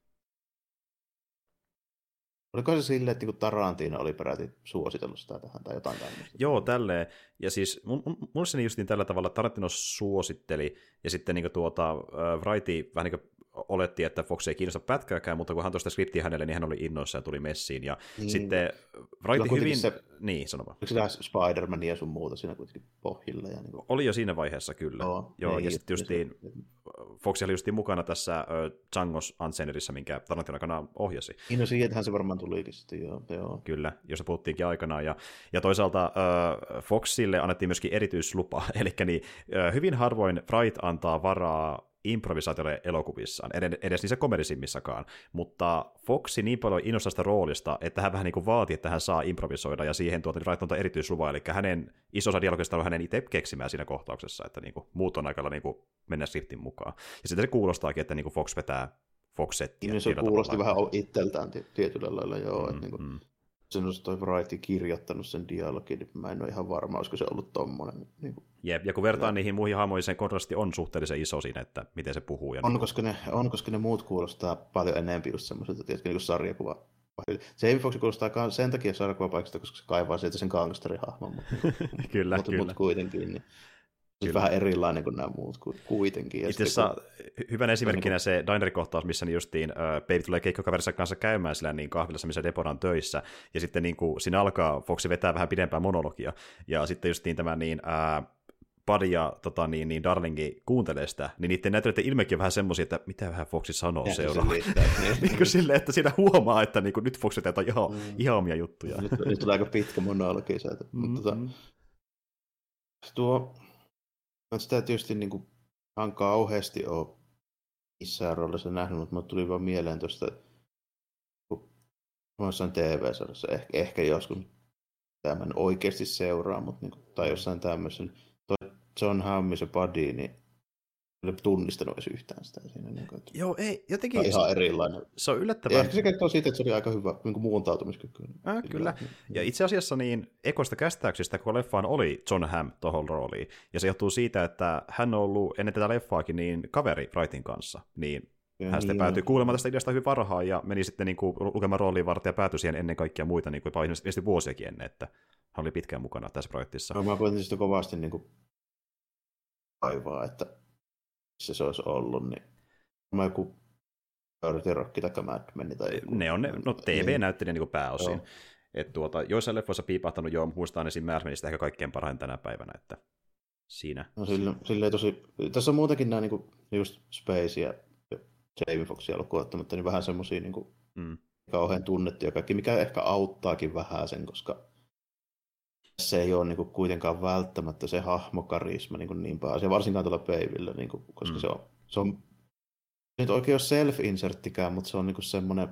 oliko se silleen, että niin Tarantino oli peräti suositellut sitä tähän tai jotain tämmöistä? Joo, tälleen. Ja siis mulle se justiin tällä tavalla, että Tarantino suositteli, ja sitten niin tuota, uh, Wrighty vähän niin kuin oletti, että Fox ei kiinnosta pätkääkään, mutta kun hän tuosta skriptiä hänelle, niin hän oli innoissa ja tuli messiin. Ja niin. sitten Wrighty hyvin... Se, niin, sano vaan. Oliko sitä Spider-Man ja sun muuta siinä kuitenkin pohjilla? Ja niin kuin... Oli jo siinä vaiheessa, kyllä. Joo, Joo, niin, ja sitten justiin Fox oli justiin mukana tässä uh, Django's Unchainedissa, minkä Tarantino aikanaan ohjasi. Niin, no siitähän se varmaan tulikin sitten, joo. joo. Kyllä, josta puhuttiinkin aikanaan. Ja, ja toisaalta uh, Foxille annettiin myöskin erityislupa, eli niin, uh, hyvin harvoin Wright antaa varaa improvisaatiolle elokuvissaan, edes niissä komedisimmissakaan, mutta Foxi niin paljon innostaa sitä roolista, että hän vähän niin kuin vaati, että hän saa improvisoida, ja siihen tuota raittonta erityisluva, eli hänen iso osa dialogista on hänen itse keksimään siinä kohtauksessa, että niin kuin, muut on aika niin kuin mennä skriptin mukaan. Ja sitten se kuulostaakin, että niin kuin Fox vetää Fox-settiä. Niin se kuulosti vähän itseltään tietyllä lailla, joo, mm, että niin kuin, mm. sen olisi toi Wright kirjoittanut sen dialogin, niin mä en ole ihan varma, olisiko se ollut tommonen. Niin kuin, Jep, ja kun vertaan ja niihin muihin hahmoihin, sen kontrasti on suhteellisen iso siinä, että miten se puhuu. Ja on, niin koska ne, on, koska ne muut kuulostaa paljon enemmän just semmoiselta, tiedätkö, niin kuin sarjakuva. Jamie Foxx kuulostaa sen takia sarjakuvapaikasta, koska se kaivaa sieltä sen gangsterihahmon, mutta, kyllä, mutta, kyllä. mutta kuitenkin. Niin. Se vähän erilainen kuin nämä muut kuitenkin. Itse asiassa kun... hyvän esimerkkinä niin kuin... se Diner-kohtaus, missä niin justiin uh, Baby tulee keikkokaverinsa kanssa käymään sillä niin kahvilassa, missä Deborah on töissä, ja sitten niin kuin, siinä alkaa Foxi vetää vähän pidempää monologia, ja sitten justiin tämä niin, uh, Buddy ja tota, niin, niin Darlingi kuuntelee sitä, niin niiden näyttelijöiden ilmekin on vähän semmoisia, että mitä vähän Foxi sanoo ja seuraavaksi. niin kuin silleen, että siinä huomaa, että niin kuin, nyt Foxi teetään ihan, mm. ihan omia juttuja. Nyt, nyt tulee aika pitkä monologi sieltä. Mm-hmm. Mutta, tota, tuo... Sitä tietysti niin kuin, ihan kauheasti ole missään roolissa nähnyt, mutta mulle tuli vaan mieleen tuosta, kun jossain T V-sarjassa, ehkä, ehkä joskus tämän oikeasti seuraa, mutta, niin kuin, tai jossain tämmöisen, toi John Hamm, se Buddy, niin en ole tunnistanut edes yhtään sitä siinä. Niin kuin, joo, ei, jotenkin... Se on ihan erilainen. Se on yllättävän... Ehkä se kertoo siitä, että se oli aika hyvä niin kuin muuntautumiskyky. Äh, kyllä. Ja itse asiassa niin ekoista kästäyksistä koko leffaan oli John Hamm tohon rooliin. Ja se johtuu siitä, että hän on ollut ennen tätä leffaakin niin kaveri Wrightin kanssa. Niin ja hän sitten niin päätyi kuulemaan tästä ideasta hyvin varhaan ja meni sitten niin kuin lukemaan rooliin varten ja päätyi siihen ennen kaikkia muita, niin kuin jopa ilmeisesti vuosiakin ennen, että hän oli pitkään mukana tässä projektissa. No, mä koitin sitä kovasti niin kuin kaivaa, että se se olisi ollut, niin mä joku Dirty Rock tai Mad Men tai joku. Ne on ne, no T V-näyttelijä niin pääosin. Että tuota, joissain leffoissa piipahtanut jo, muistaan esim. Mad Menistä ehkä kaikkein parhain tänä päivänä, että siinä. No sille, silleen tosi, tässä on muutenkin nämä niin kuin, just Space ja Jamie Foxxia lukuun ottamatta, niin vähän semmosia niin kuin, mm. kauhean tunnettuja kaikki, mikä ehkä auttaakin vähän sen, koska se ei ole niin kuin, kuitenkaan välttämättä se hahmokarisma niin, kuin, niin paljon, varsinkaan tuolla Babyllä, niin kuin, koska mm. se on, se on se nyt oikein ole self-inserttikään, mutta se on niin kuin semmoinen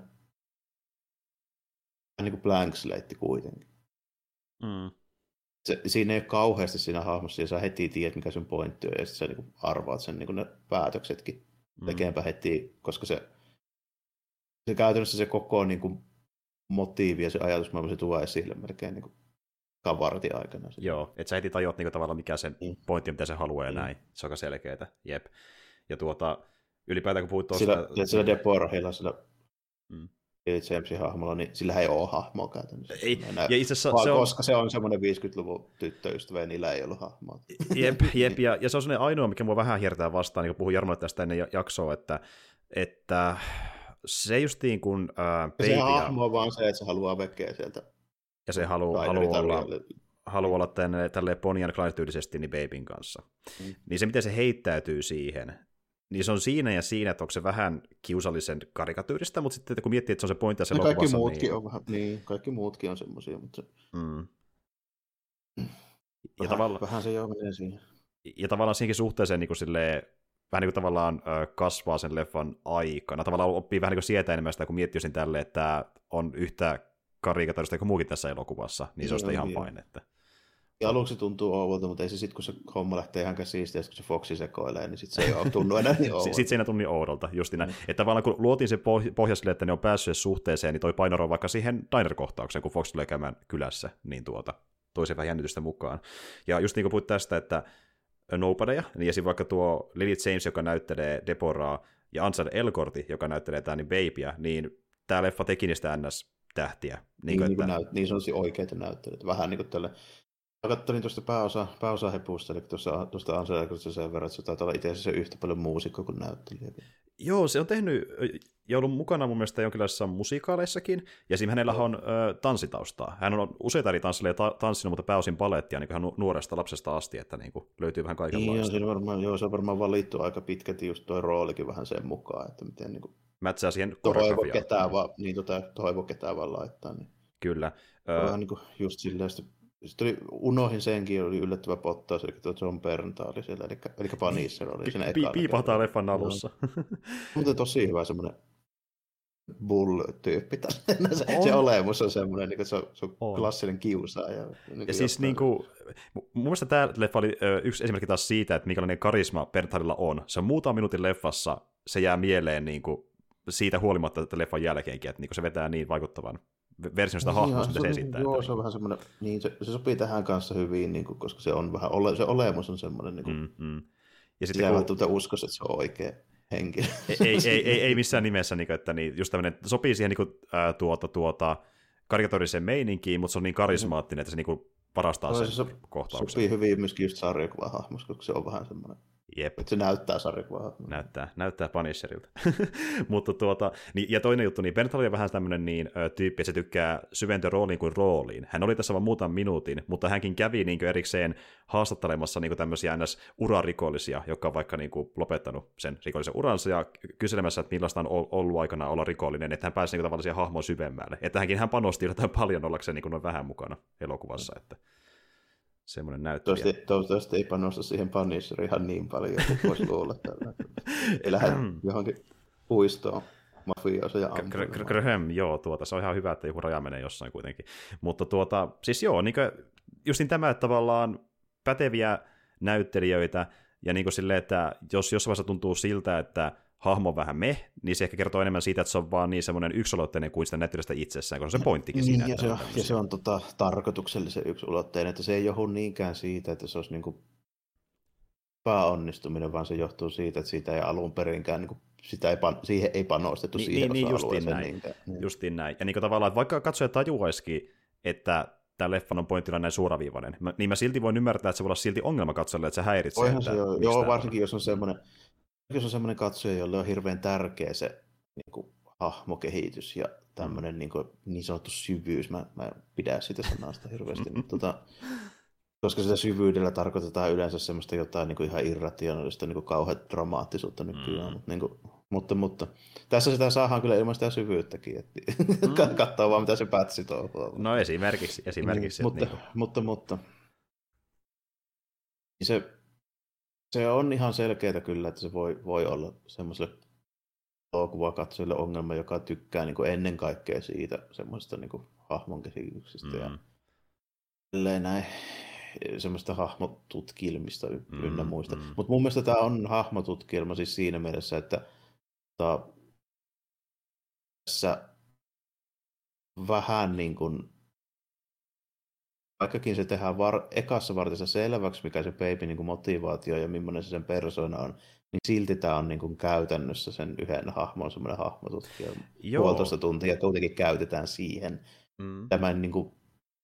niin kuin blank slate kuitenkin. Mm. Se, siinä ei ole kauheasti siinä hahmossa, ja sä heti tiedät, mikä sun pointti on, ja sitten sä niin kuin arvaat sen niin kuin ne päätöksetkin mm. tekeenpä heti, koska se, se käytännössä se koko niin kuin motiivi ja se ajatusmaailma, se tuo esille melkein niin kuin kavartin aikana. Joo, että sä heti tajuat niin tavallaan mikä sen mm. pointti, mitä se haluaa ja mm. näin. Se on aika selkeätä, jep. Ja tuota, ylipäätään kun puhut tuosta... Sillä, sillä Deborahilla, sillä mm. Jamesin hahmolla, niin sillä ei ole hahmoa käytännössä. Ei, ja itse asiassa se on... Koska se on semmoinen viisikymmentäluvun tyttöystävä, ja niillä ei ollut hahmoa. Jep, jep ja, ja se on semmoinen ainoa, mikä mua vähän hiertää vastaan, niin kun puhuin Jarmolle tästä ennen jaksoa, että, että se justiin kun... Ää, se hahmo on vaan se, että se haluaa vekeä sieltä. Ja se haluaa haluaa olla, haluaa olla tänne, tälleen Bonnie and Clyde-tyylisesti niin Babyn kanssa. Mm. Niin se, miten se heittäytyy siihen, niin se on siinä ja siinä, että onko se vähän kiusallisen karikatyyristä, mutta sitten kun miettii, että se on se pointti tässä elokuvassa... Kaikki muutkin niin... on vähän, niin, kaikki muutkin on semmoisia, mutta... Mm. Ja vähän, tavalla... vähän se joo menee siihen. Ja tavallaan siihenkin suhteeseen niin kuin silleen, vähän niin kuin tavallaan kasvaa sen leffan aikana. Tavallaan oppii vähän niin kuin sietää enemmän sitä, kun miettii sen tälleen, että tämä on yhtä karikatyyristä kuin muukin tässä elokuvassa, niin se on sitä ihan fine. Että... Ja aluksi tuntuu ouvolta, mutta ei se sitten, kun se homma lähtee ihan käsistä, ja kun se Foxi sekoilee, niin sitten se ei tunnu enää niin ouvolta. Sitten se ei tunnu niin oudolta, just näin. Mm. Että tavallaan kun luotiin se pohja sille, että ne on päässyt suhteeseen, niin toi painoro vaikka siihen diner-kohtaukseen, kun Fox tulee käymään kylässä, niin tuota, toisi vähän jännitystä mukaan. Ja just niin kuin puhuit tästä, että Nobodyja, niin esim. Vaikka tuo Lily James, joka näyttelee Deborah, ja Ansel Elgorti, joka näyttelee tää niin Babyä, niin tää leffa teki niistä N S-tähtiä. Niin, niin, että... näyt, niin sellaisia oikeita näyttelijöitä. Vähän niin kuin tälle... Mä kattelin tuosta pääosa, pääosahepusta, eli tuosta, tuosta Ansel Elgortista sen verran, että se taitaa olla itse asiassa yhtä paljon muusikko kuin näyttelijä. Joo, se on tehnyt ja ollut mukana mun mielestä jonkinlaisissa musikaaleissakin, ja siinä hänellä on ö, tanssitaustaa. Hän on useita eri tansseja ta- tanssinut, mutta pääosin palettia niin ihan nuoresta lapsesta asti, että niin kuin, löytyy vähän kaikenlaista. Niin, varmaan, joo, se on varmaan valittu aika pitkälti just tuo roolikin vähän sen mukaan, että miten niin kuin... Mätsää siihen koreografiaan. Ketään vaan, niin tota, toivo ketään vaan laittaa. Niin. Kyllä. Vähän niin kuin just silleen, Sitten oli, unohin senkin, oli yllättävä pottaus, eli tuo John Bernthal oli siellä, eli, eli Punisher oli siinä ekana. Piipahtaa leffan alussa. Mutta tosi hyvä semmoinen bull-tyyppi. se, se olemus on semmoinen, niin se on, se on, on klassinen kiusaaja. Niin ja siis niin kuin, mun mielestä tämä leffa oli yksi esimerkki taas siitä, että minkälainen karisma Bernthaldilla on. Se on muutaman minuutin leffassa, se jää mieleen niin kuin, siitä huolimatta, että leffan jälkeenkin, että niin kuin se vetää niin vaikuttavan version sitä hahmosta, mitä se esittää. Joo, se on vähän semmoinen, niin se, se sopii tähän kanssa hyvin, niin kuin, koska se on vähän, ole, se olemus on semmoinen, niin kuin, mm, mm. ja sitten kun... välttämättä uskoisi, että se on oikea henkilö. ei, ei, ei, ei, ei missään nimessä, niin kuin, että niin, just tämmöinen, sopii siihen niin kuin, ää, tuota, tuota, karikatoriseen meininkiin, mutta se on niin karismaattinen, että se niin kuin, parastaa no, sen se kohtauksen. Sopii hyvin myöskin just sarjakuvahahmossa, koska se on vähän semmoinen. Jep. Että se näyttää sarjakuvahahmoa. Näyttää, näyttää Punisherilta. Mutta tuota, niin, ja toinen juttu, niin Bernthal oli vähän tämmöinen niin, ö, tyyppi, että se tykkää syventyä rooliin kuin rooliin. Hän oli tässä vain muutaman minuutin, mutta hänkin kävi niin kuin erikseen haastattelemassa niin kuin tämmöisiä ns. Urarikollisia, jotka on vaikka niin kuin lopettanut sen rikollisen uransa ja kyselemässä, että millaista on ollut aikana olla rikollinen, että hän pääsi niin kuin tavallaan siihen hahmoon syvemmälle. Että hänkin hän panosti jotain paljon ollakseen niin kuin noin vähän mukana elokuvassa, että semmoinen näyttelijä. Toivottavasti, toivottavasti ei panosta siihen Punisheriin ihan niin paljon, kuin voisi luulla. Ei lähde johonkin puistoon mafioissa ja Graham, joo, tuota, se on ihan hyvä, että joku raja menee jossain kuitenkin. Mutta tuota, siis joo, niin kuin, justin tämä, että tavallaan päteviä näyttelijöitä, ja niin kuin silleen, että jos jossain vaiheessa tuntuu siltä, että hahmo on vähän meh, niin se ehkä kertoo enemmän siitä, että se on vaan niin semmoinen yksulotteinen kuin sitä näyttelystä itsessään, koska se on se pointtikin siinä. Niin, ja, se on, ja se on tota, tarkoituksellisen yksulotteinen, että se ei johdu niinkään siitä, että se olisi niinku pääonnistuminen, vaan se johtuu siitä, että siitä ei alun perinkään, niinku, sitä ei pan, siihen ei panostettu niin, siihen niin, osa-alueeseen näin. niinkään. Niin. Justiin näin. Ja niin kuin tavallaan, että vaikka katsoja tajuaisikin, että tämä leffan on pointtilla näin suoraviivainen, niin mä silti voin ymmärtää, että se voi olla silti ongelma katsojalle, että se häiritsee. Voihan se joo, joo varsinkin jos on semmoinen Jos on semmoinen katsoja, jolle on hirveän tärkeä se niin kuin, hahmokehitys ja tämmöinen mm. niin, kuin, niin sanottu syvyys, mä, mä en pidä sitä sanasta hirveästi, mutta tota, koska sitä syvyydellä tarkoitetaan yleensä semmoista jotain niin kuin ihan irrationaalista, niin kuin kauhean dramaattisuutta nykyään, mm. mutta, niin kuin, mutta, mutta tässä sitä saadaan kyllä ilman sitä syvyyttäkin, että mm. katsoo vaan mitä se pätsi touhuu. No esimerkiksi, esimerkiksi. Niin, mutta, niin mutta, mutta, niin se Se on ihan selkeää kyllä, että se voi, voi olla semmoiselle elokuvakatsojille ongelma, joka tykkää niin kuin ennen kaikkea siitä semmoisesta niin kuin hahmon kehityksestä mm. ja näin, semmoista hahmotutkilmista mm, ynnä muista. Mm. Mutta mun mielestä tämä on hahmotutkilma siis siinä mielessä, että ta, tässä vähän niin kuin vaikkakin se tehdään var- ekassa vartissa selväksi, mikä se Baby niin kuin motivaatio ja millainen se sen persona on, niin silti tämä on niin kuin käytännössä sen yhden hahmon semmoinen hahmotutkija. Puolitoista tuntia kuitenkin käytetään siihen. Mm. Tämän niin kuin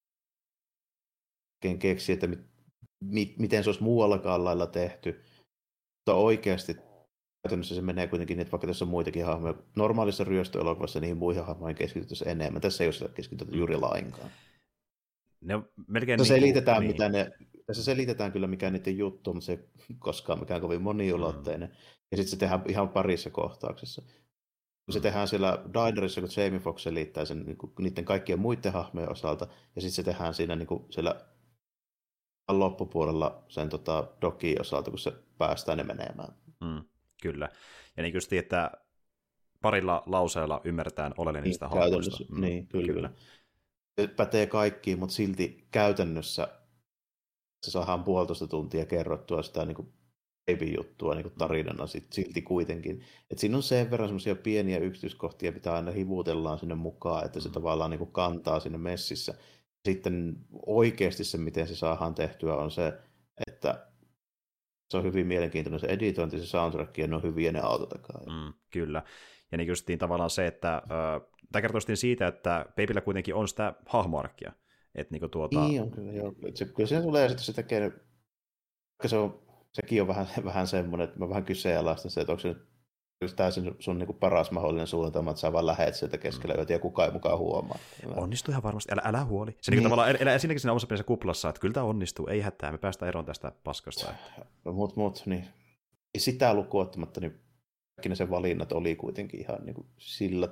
keksi, että mit, mit, miten se olisi muuallakaan lailla tehty. Mutta oikeasti käytännössä se menee kuitenkin, että vaikka tässä on muitakin hahmoja, normaalissa ryöstöelokuvassa niihin muihin hahmoihin keskitytään enemmän. Tässä ei ole sitä keskitytty juuri lainkaan. Ne on melkein tässä, niin kuin, selitetään, niin. mitä ne, tässä selitetään kyllä mikä niiden juttu, mutta se ei koskaan mikään kovin moniulotteinen. Mm. Ja sitten se tehdään ihan parissa kohtauksessa. Mm. Se tehdään siellä Dinerissa, kun Jamie Foxx selittää sen niin kuin, niiden kaikkien muiden hahmojen osalta. Ja sitten se tehdään siinä niin kuin, siellä loppupuolella sen tota, dokin osalta, kun se päästään ne menemään. Mm, kyllä. Ja niin just, että parilla lauseella ymmärretään oleellinen niistä niin, hahmoista. Mm, niin, kyllä. kyllä. Se pätee kaikkiin, mutta silti käytännössä se saadaan puolitoista tuntia kerrottua sitä niin kuin baby-juttua niin kuin tarinana sit, silti kuitenkin. Et siinä on sen verran semmoisia pieniä yksityiskohtia, mitä aina hivutellaan sinne mukaan, että se tavallaan niin kuin kantaa sinne messissä. Sitten oikeasti se, miten se saadaan tehtyä, on se, että se on hyvin mielenkiintoinen se editointi, se soundtrack, ja ne on hyviä ne autotakaan. Mm, kyllä. Ja niin justiin tavallaan se, että äh, tämä kertoo siitä, että Babyllä kuitenkin on sitä hahmoarkkia. Että niinku tuota... Niin on kyllä, joo. Se, kyllä se tulee sitten se tekee, se on, sekin on vähän, vähän semmoinen, että mä vähän kyseenalaistan se, että onko se täysin sun niin kuin paras mahdollinen suunnitelma, että sä vaan lähet sieltä keskellä, mm. ja kukaan ei mukaan huomaa. Onnistuu ihan varmasti, älä, älä huoli. Se niin. Niin tavallaan elää siinäkin siinä omassa pienessä kuplassa, että kyllä tämä onnistuu, ei hätää, me päästään eroon tästä paskasta. Että... No, mut, mut, niin. Sitä lukuun ottamatta, niin kaikki ne sen valinnat oli kuitenkin ihan niin kuin sillä,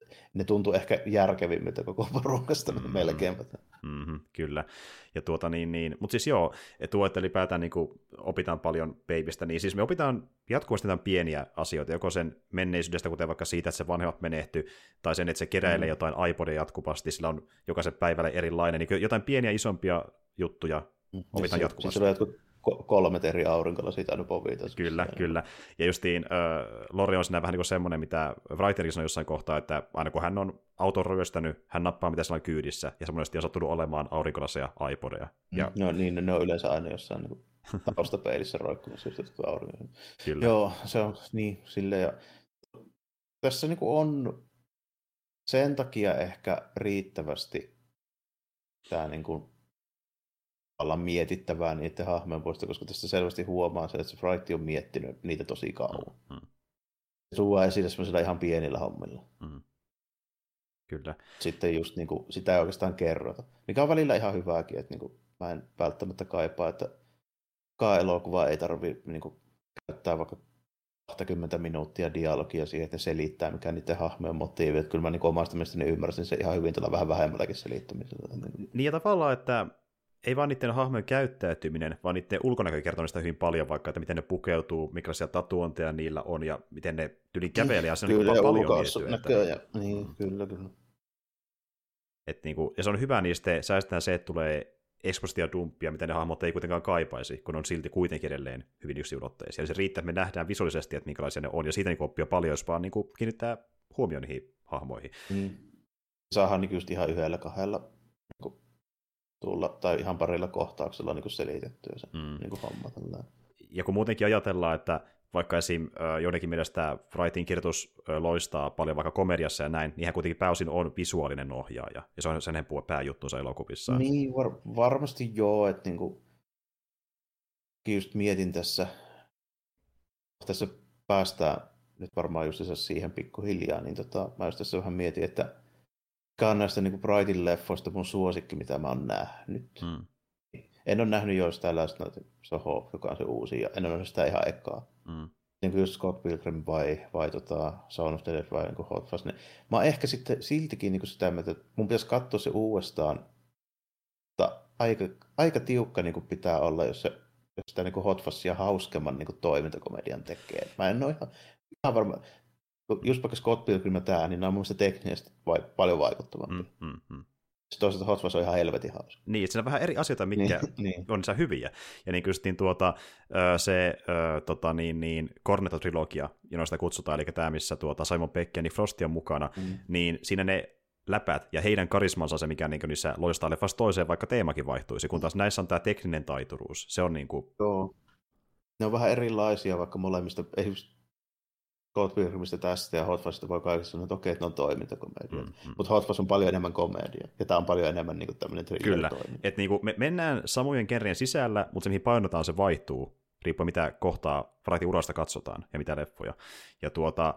ne tuntuu ehkä järkevimmiltä koko porukasta mm-hmm. melkeinpä. Mm-hmm, kyllä. Ja tuota niin, niin. Mutta siis joo, tuo, että ylipäätään niin kuin opitaan paljon babystä, niin siis me opitaan jatkuvasti tämän pieniä asioita, joko sen menneisyydestä, kuten vaikka siitä, että se vanhemmat menehtyy, tai sen, että se keräilee mm-hmm. jotain iPodia jatkuvasti, sillä on jokaisen päivälle erilainen, niin jotain pieniä isompia juttuja opitaan ja jatkuvasti. Sitten on jotkut kolmet eri aurinkolasit aina povita. Kyllä, kyllä. Ja justiin äh, Lore on siinä vähän niin kuin semmoinen, mitä Writerkin sanoi jossain kohtaa, että aina kun hän on auton ryöstänyt, hän nappaa mitä siellä on kyydissä, ja semmoisesti on sattunut olemaan aurinkolaseja ja iPodeja. Ja... No niin, ne on yleensä aina jossain niin taustapeilissä roikkumassa just aurinkoja. Kyllä. Joo, se on niin silleen. Ja... Tässä niin kuin on sen takia ehkä riittävästi tämä niin kuin ollaan mietittävää niiden hahmojen puolesta, koska tästä selvästi huomaa se, että se Wright on miettinyt niitä tosi kauan. Mm. Se tuo esille semmoisilla ihan pienillä hommilla. Mm. Kyllä. Sitten just niin kuin, sitä ei oikeastaan kerrota. Mikä on välillä ihan hyvääkin, että niin kuin, mä en välttämättä kaipaa, että K-elokuva ei tarvitse niin kuin, käyttää vaikka kaksikymmentä minuuttia dialogia siihen, että ne selittää, mikä niiden hahmojen motiivi. Että kyllä mä niin omasta mielestäni ymmärsin se ihan hyvin tuolla vähän vähemmälläkin selittämisellä. Niin ja tavallaan, että ei vaan niiden hahmojen käyttäytyminen, vaan niiden ulkonäkö kertoo sitä hyvin paljon, vaikka että miten ne pukeutuu, minkälaisia tatuointeja niillä on ja miten ne tyyliin kävelee. Ja se on kyllä, niin paljon mietitty. Näköjään. Että... Niin, mm. kyllä, kyllä. Et niin kuin, ja se on hyvä, niin sitten säästetään se, että tulee ekspositiodumppia, mitä ne hahmot ei kuitenkaan kaipaisi, kun on silti kuitenkin edelleen hyvin yksinulotteisia. Eli se riittää, että me nähdään visuaalisesti, että minkälaisia ne on, ja siitä niin oppia paljon, jos vaan niin kuin kiinnittää huomioon niihin hahmoihin. Mm. Saadaan niin just ihan yhdellä kahdella niin tulla, tai ihan parilla kohtauksella niin selitettyä se mm. niin homma. Tällainen. Ja kun muutenkin ajatellaan, että vaikka esim. Joidenkin mielestä Wrightin kirjoitus loistaa paljon vaikka komediassa ja näin, niin hän kuitenkin pääosin on visuaalinen ohjaaja, ja se on sen hänen pääjuttunsa elokuvissa. Niin, var- varmasti joo, että niinku, just mietin tässä, tässä päästään nyt varmaan just siihen pikkuhiljaa, niin tota, mä just tässä vähän mietin, että mikä on näistä niinku Wrightin leffoista mun suosikki, mitä mä oon nähnyt. Hmm. En ole nähnyt jo sitä Last Night Soho, joka on se uusi, ja en ole nähnyt sitä ihan ekaa. Mm. Niin kuin just Scott Pilgrim vai, vai tota, Shaun of the Dead vai niin Hot Fuzz. Niin mä oon ehkä sitten siltikin niin sitä mieltä, että mun pitäisi katsoa se uudestaan, mutta aika, aika tiukka niin kuin pitää olla, jos, se, jos sitä niin Hot Fuzzia hauskemman niin toimintakomedian tekee. Mä en ole ihan, ihan varma, just vaikka Scott Pilgrim ja tää, niin nämä on mun mielestä teknisesti vai, paljon vaikuttavampi. Mm, mm, mm. Toisaalta Hot Fuzz on ihan helvetin hauska. Niin, että siinä on vähän eri asioita, mitkä niin, on niissä hyviä. Ja niin kuin tuota, se tota, niin, niin, Cornetto-trilogia, jona sitä kutsutaan, eli tämä, missä tuota Simon Pegg ja Nick Frost on mukana, mm. niin siinä ne läpät ja heidän karismansa se, mikä niin kuin niissä loistaa leffasta toiseen, vaikka teemakin vaihtuisi, kun taas näissä on tämä tekninen taituruus. Se on niin kuin... Joo. Ne on vähän erilaisia, vaikka molemmista, esimerkiksi Scott Pilgrimistä tästä ja Hot Fuzzista voi kaikista sanoa, että okei, että ne on toimintakomedia. Mm, mm. Mutta Hot Fuzz on paljon enemmän komedia, ja tämä on paljon enemmän niin kuin tämmöinen thriller-toiminta. Kyllä, että niin me mennään samojen genrien sisällä, mutta se mihin painotaan, se vaihtuu, riippuen mitä kohtaa Wrightin urasta katsotaan ja mitä leffoja. Ja tuota,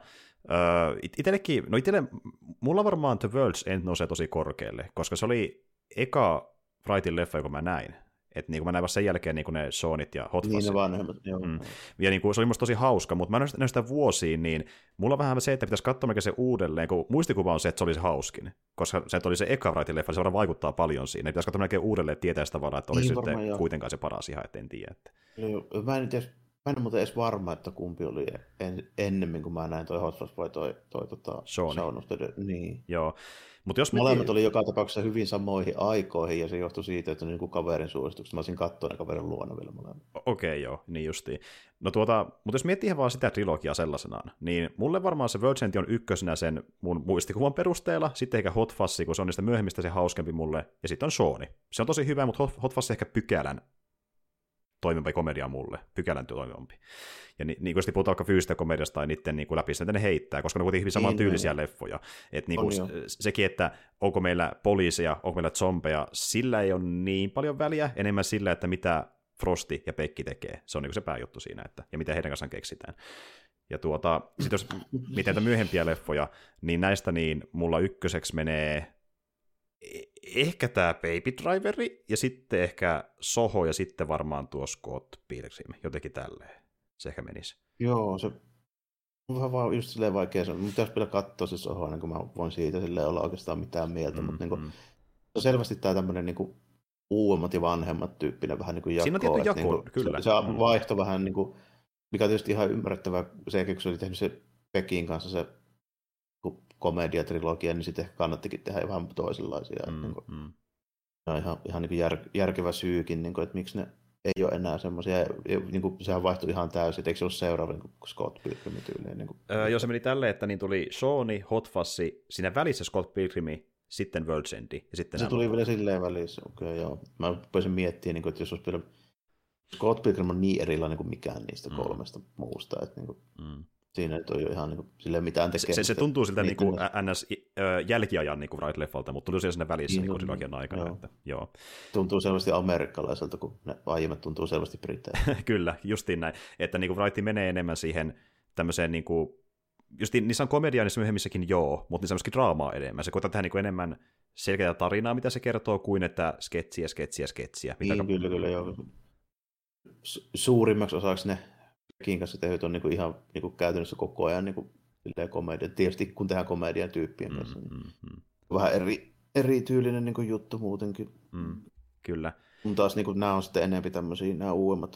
uh, itsellekin, no itselle, mulla varmaan The World's End nousee tosi korkealle, koska se oli eka Wrightin leffa, joka mä näin. Että niin mä näin vasta sen jälkeen niin ne Shaunit ja Hot Fuzzit. Niin ne vanhemmat, joo. Mm. Ja niin kuin, se oli musta tosi hauska, mutta mä en näin sitä vuosiin, niin mulla on vähän se, että pitäisi katsoa mikä se uudelleen, kun muistikuva on se, että se oli se hauskin. Koska se oli se eka Wrightin leffa, se varmaan vaikuttaa paljon siinä. Pitäisi katsoa melkein uudelleen, että tietää sitä tavallaan, että olisi niin, sitten joo. kuitenkaan se paras ihan, että en tiedä. Että... Joo, mä en, edes, mä en muuten edes varma, että kumpi oli en, ennemmin, kuin mä näin toi Hot Fuzz vai toi, toi tota, Shaun of the Dead. Niin. Joo. Mut jos molemmat tii... oli joka tapauksessa hyvin samoihin aikoihin, ja se johtui siitä, että niin kuin kaverin suosituksesta. Mä olisin katsoa ne kaverin luona vielä molemmat. Okei, okay, joo, niin justiin. No tuota, mutta jos miettii ihan vaan sitä trilogiaa sellaisenaan, niin mulle varmaan se World's End on ykkösenä sen mun muistikuvan perusteella, sitten ehkä Hot Fuzz, kun se on niistä myöhemmistä se hauskempi mulle, ja sitten on Shaun. Se on tosi hyvä, mutta Hot, Hot Fuzz ehkä pykälän toimivampi komedia mulle, pykälän toimivampi. Ja ni, niin kuin sitten puhutaan vaikka fyysistä komediasta tai niiden niin kuin läpi, sitä ne heittää, koska ne on kuitenkin hyvin samantyylisiä leffoja. Et niin kuin sekin, että onko meillä poliiseja, onko meillä zombeja, sillä ei ole niin paljon väliä, enemmän sillä, että mitä Frosti ja Pekki tekee. Se on niin kuin se pääjuttu siinä, että, ja mitä heidän kanssaan keksitään. Ja tuota, sitten jos miten näitä myöhempiä leffoja, niin näistä niin mulla ykköseksi menee ehkä tämä Baby Driveri, ja sitten ehkä Soho, ja sitten varmaan tuo Scott Pilgrim, jotenkin tälleen. Se ehkä menisi. Joo, se vähän vaan just silleen vaikea sanoa. Mun pitäisi vielä katsoa se soho, ennen kuin mä voin siitä silleen olla oikeastaan mitään mieltä. Mm, mutta niin kuin, mm. on selvästi tämä tämmöinen niin kuin uudemmat ja vanhemmat tyyppinen vähän niin kuin jako. Siinä on tietty jako, niin kuin, kyllä. Se, se vaihto mm. vähän, niin kuin, mikä on tietysti ihan ymmärrettävää, se kun se oli tehnyt se Pekin kanssa se komediatrilogia, niin sitten ehkä kannattikin tehdä vähän toisenlaisia. Mm, niin kuin, mm. Se on ihan, ihan niin kuin jär, järkevä syykin, niin kuin, että miksi ne ei ole enää semmoisia, niin kuin, sehän vaihtui ihan täysin, eikö se ollut seuraava niin kuin Scott Pilgrimin tyyliin? Niin kuin, öö, jos se meni tälleen, että niin tuli Shawnee, Hot Fuzzy, siinä välissä Scott Pilgrimi, sitten World's End. Ja sitten se tuli loput. Vielä silleen välissä, okei okay, joo. Mä voisin miettiä, niin kuin, että jos olisi vielä, Scott Pilgrim on niin erilainen kuin mikään niistä mm. kolmesta muusta, että niin kuin, mm. siinä ei ole ihan niin kuin, silleen mitään tekemistä. Se, se tuntuu siltä niin kuin N S-jälkiajan niin Wright-leffalta, mutta tuli siinä välissä niin, niin trilogian aikana. Joo. Että, joo. Tuntuu selvästi amerikkalaiselta, kun ne aiemmat tuntuu selvästi briteiltä. Kyllä, justiin näin. Että niin kuin Wright menee enemmän siihen tämmöiseen, niin kuin, justiin niissä on komediaa niissä myöhemmissäkin joo, mutta niissä on myöskin draamaa enemmän. Se koetaan tehdä niin kuin enemmän selkeää tarinaa, mitä se kertoo, kuin että sketsiä, sketsiä, sketsiä. Niin, kyllä, kyllä, joo. Suurimmaksi osaksi ne Pekin kanssa tehdyt on niinku ihan niinku käytännössä koko ajan niinku komedia. Tietysti kun tehdään komedian tyyppien kanssa. Mm, niin mm, vähän eri, erityylinen niinku juttu muutenkin. Mm, kyllä. Mun taas niinku, nämä on sitten enemmän tämmöisiä, nämä uudemmat.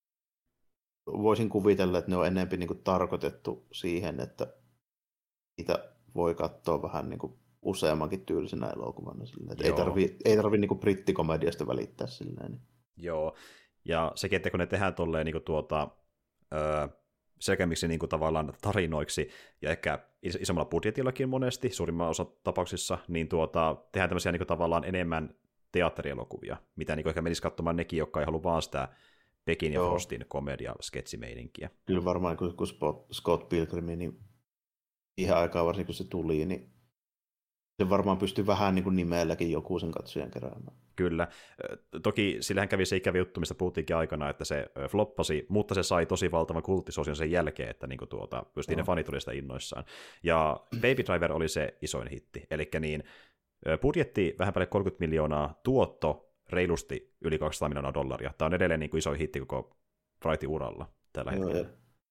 Voisin kuvitella, että ne on enemmän niinku tarkoitettu siihen, että niitä voi katsoa vähän niinku useammankin tyylisenä elokuvana. Silleen, ei tarvitse ei tarvi niinku brittikomediasta välittää silleen. Niin. Joo, ja sekin, että kun ne tehdään tolleen niinku tuota, öö, selkeämmiksi niinku tavallaan tarinoiksi, ja ehkä isommalla budjetillakin monesti, suurimman osa tapauksissa, niin tuota, tehdään tämmöisiä niinku tavallaan enemmän teatterielokuvia, mitä niinku ehkä menisi katsomaan nekin, jotka ei halua vaan sitä Pekin ja Frostin komedia-sketsimeininkiä. Kyllä varmaan, kun, kun Scott Pilgrimi, niin siihen aikaan varsinkin kun se tuli, niin se varmaan pystyy vähän niin kuin nimelläkin joku sen katsojan keräämään. Kyllä. Toki sillähän kävi se ikävä juttu, mistä puhuttiinkin aikana, että se floppasi, mutta se sai tosi valtavan kulttisosion sen jälkeen, että niin kuin tuota, pysti no. ne fanit oli sitä innoissaan. Ja Baby Driver oli se isoin hitti. Eli niin, budjetti vähän päälle kolmekymmentä miljoonaa, tuotto reilusti yli kaksisataa miljoonaa dollaria. Tämä on edelleen niin kuin isoin hitti koko Wrightin uralla tällä no, hetkellä.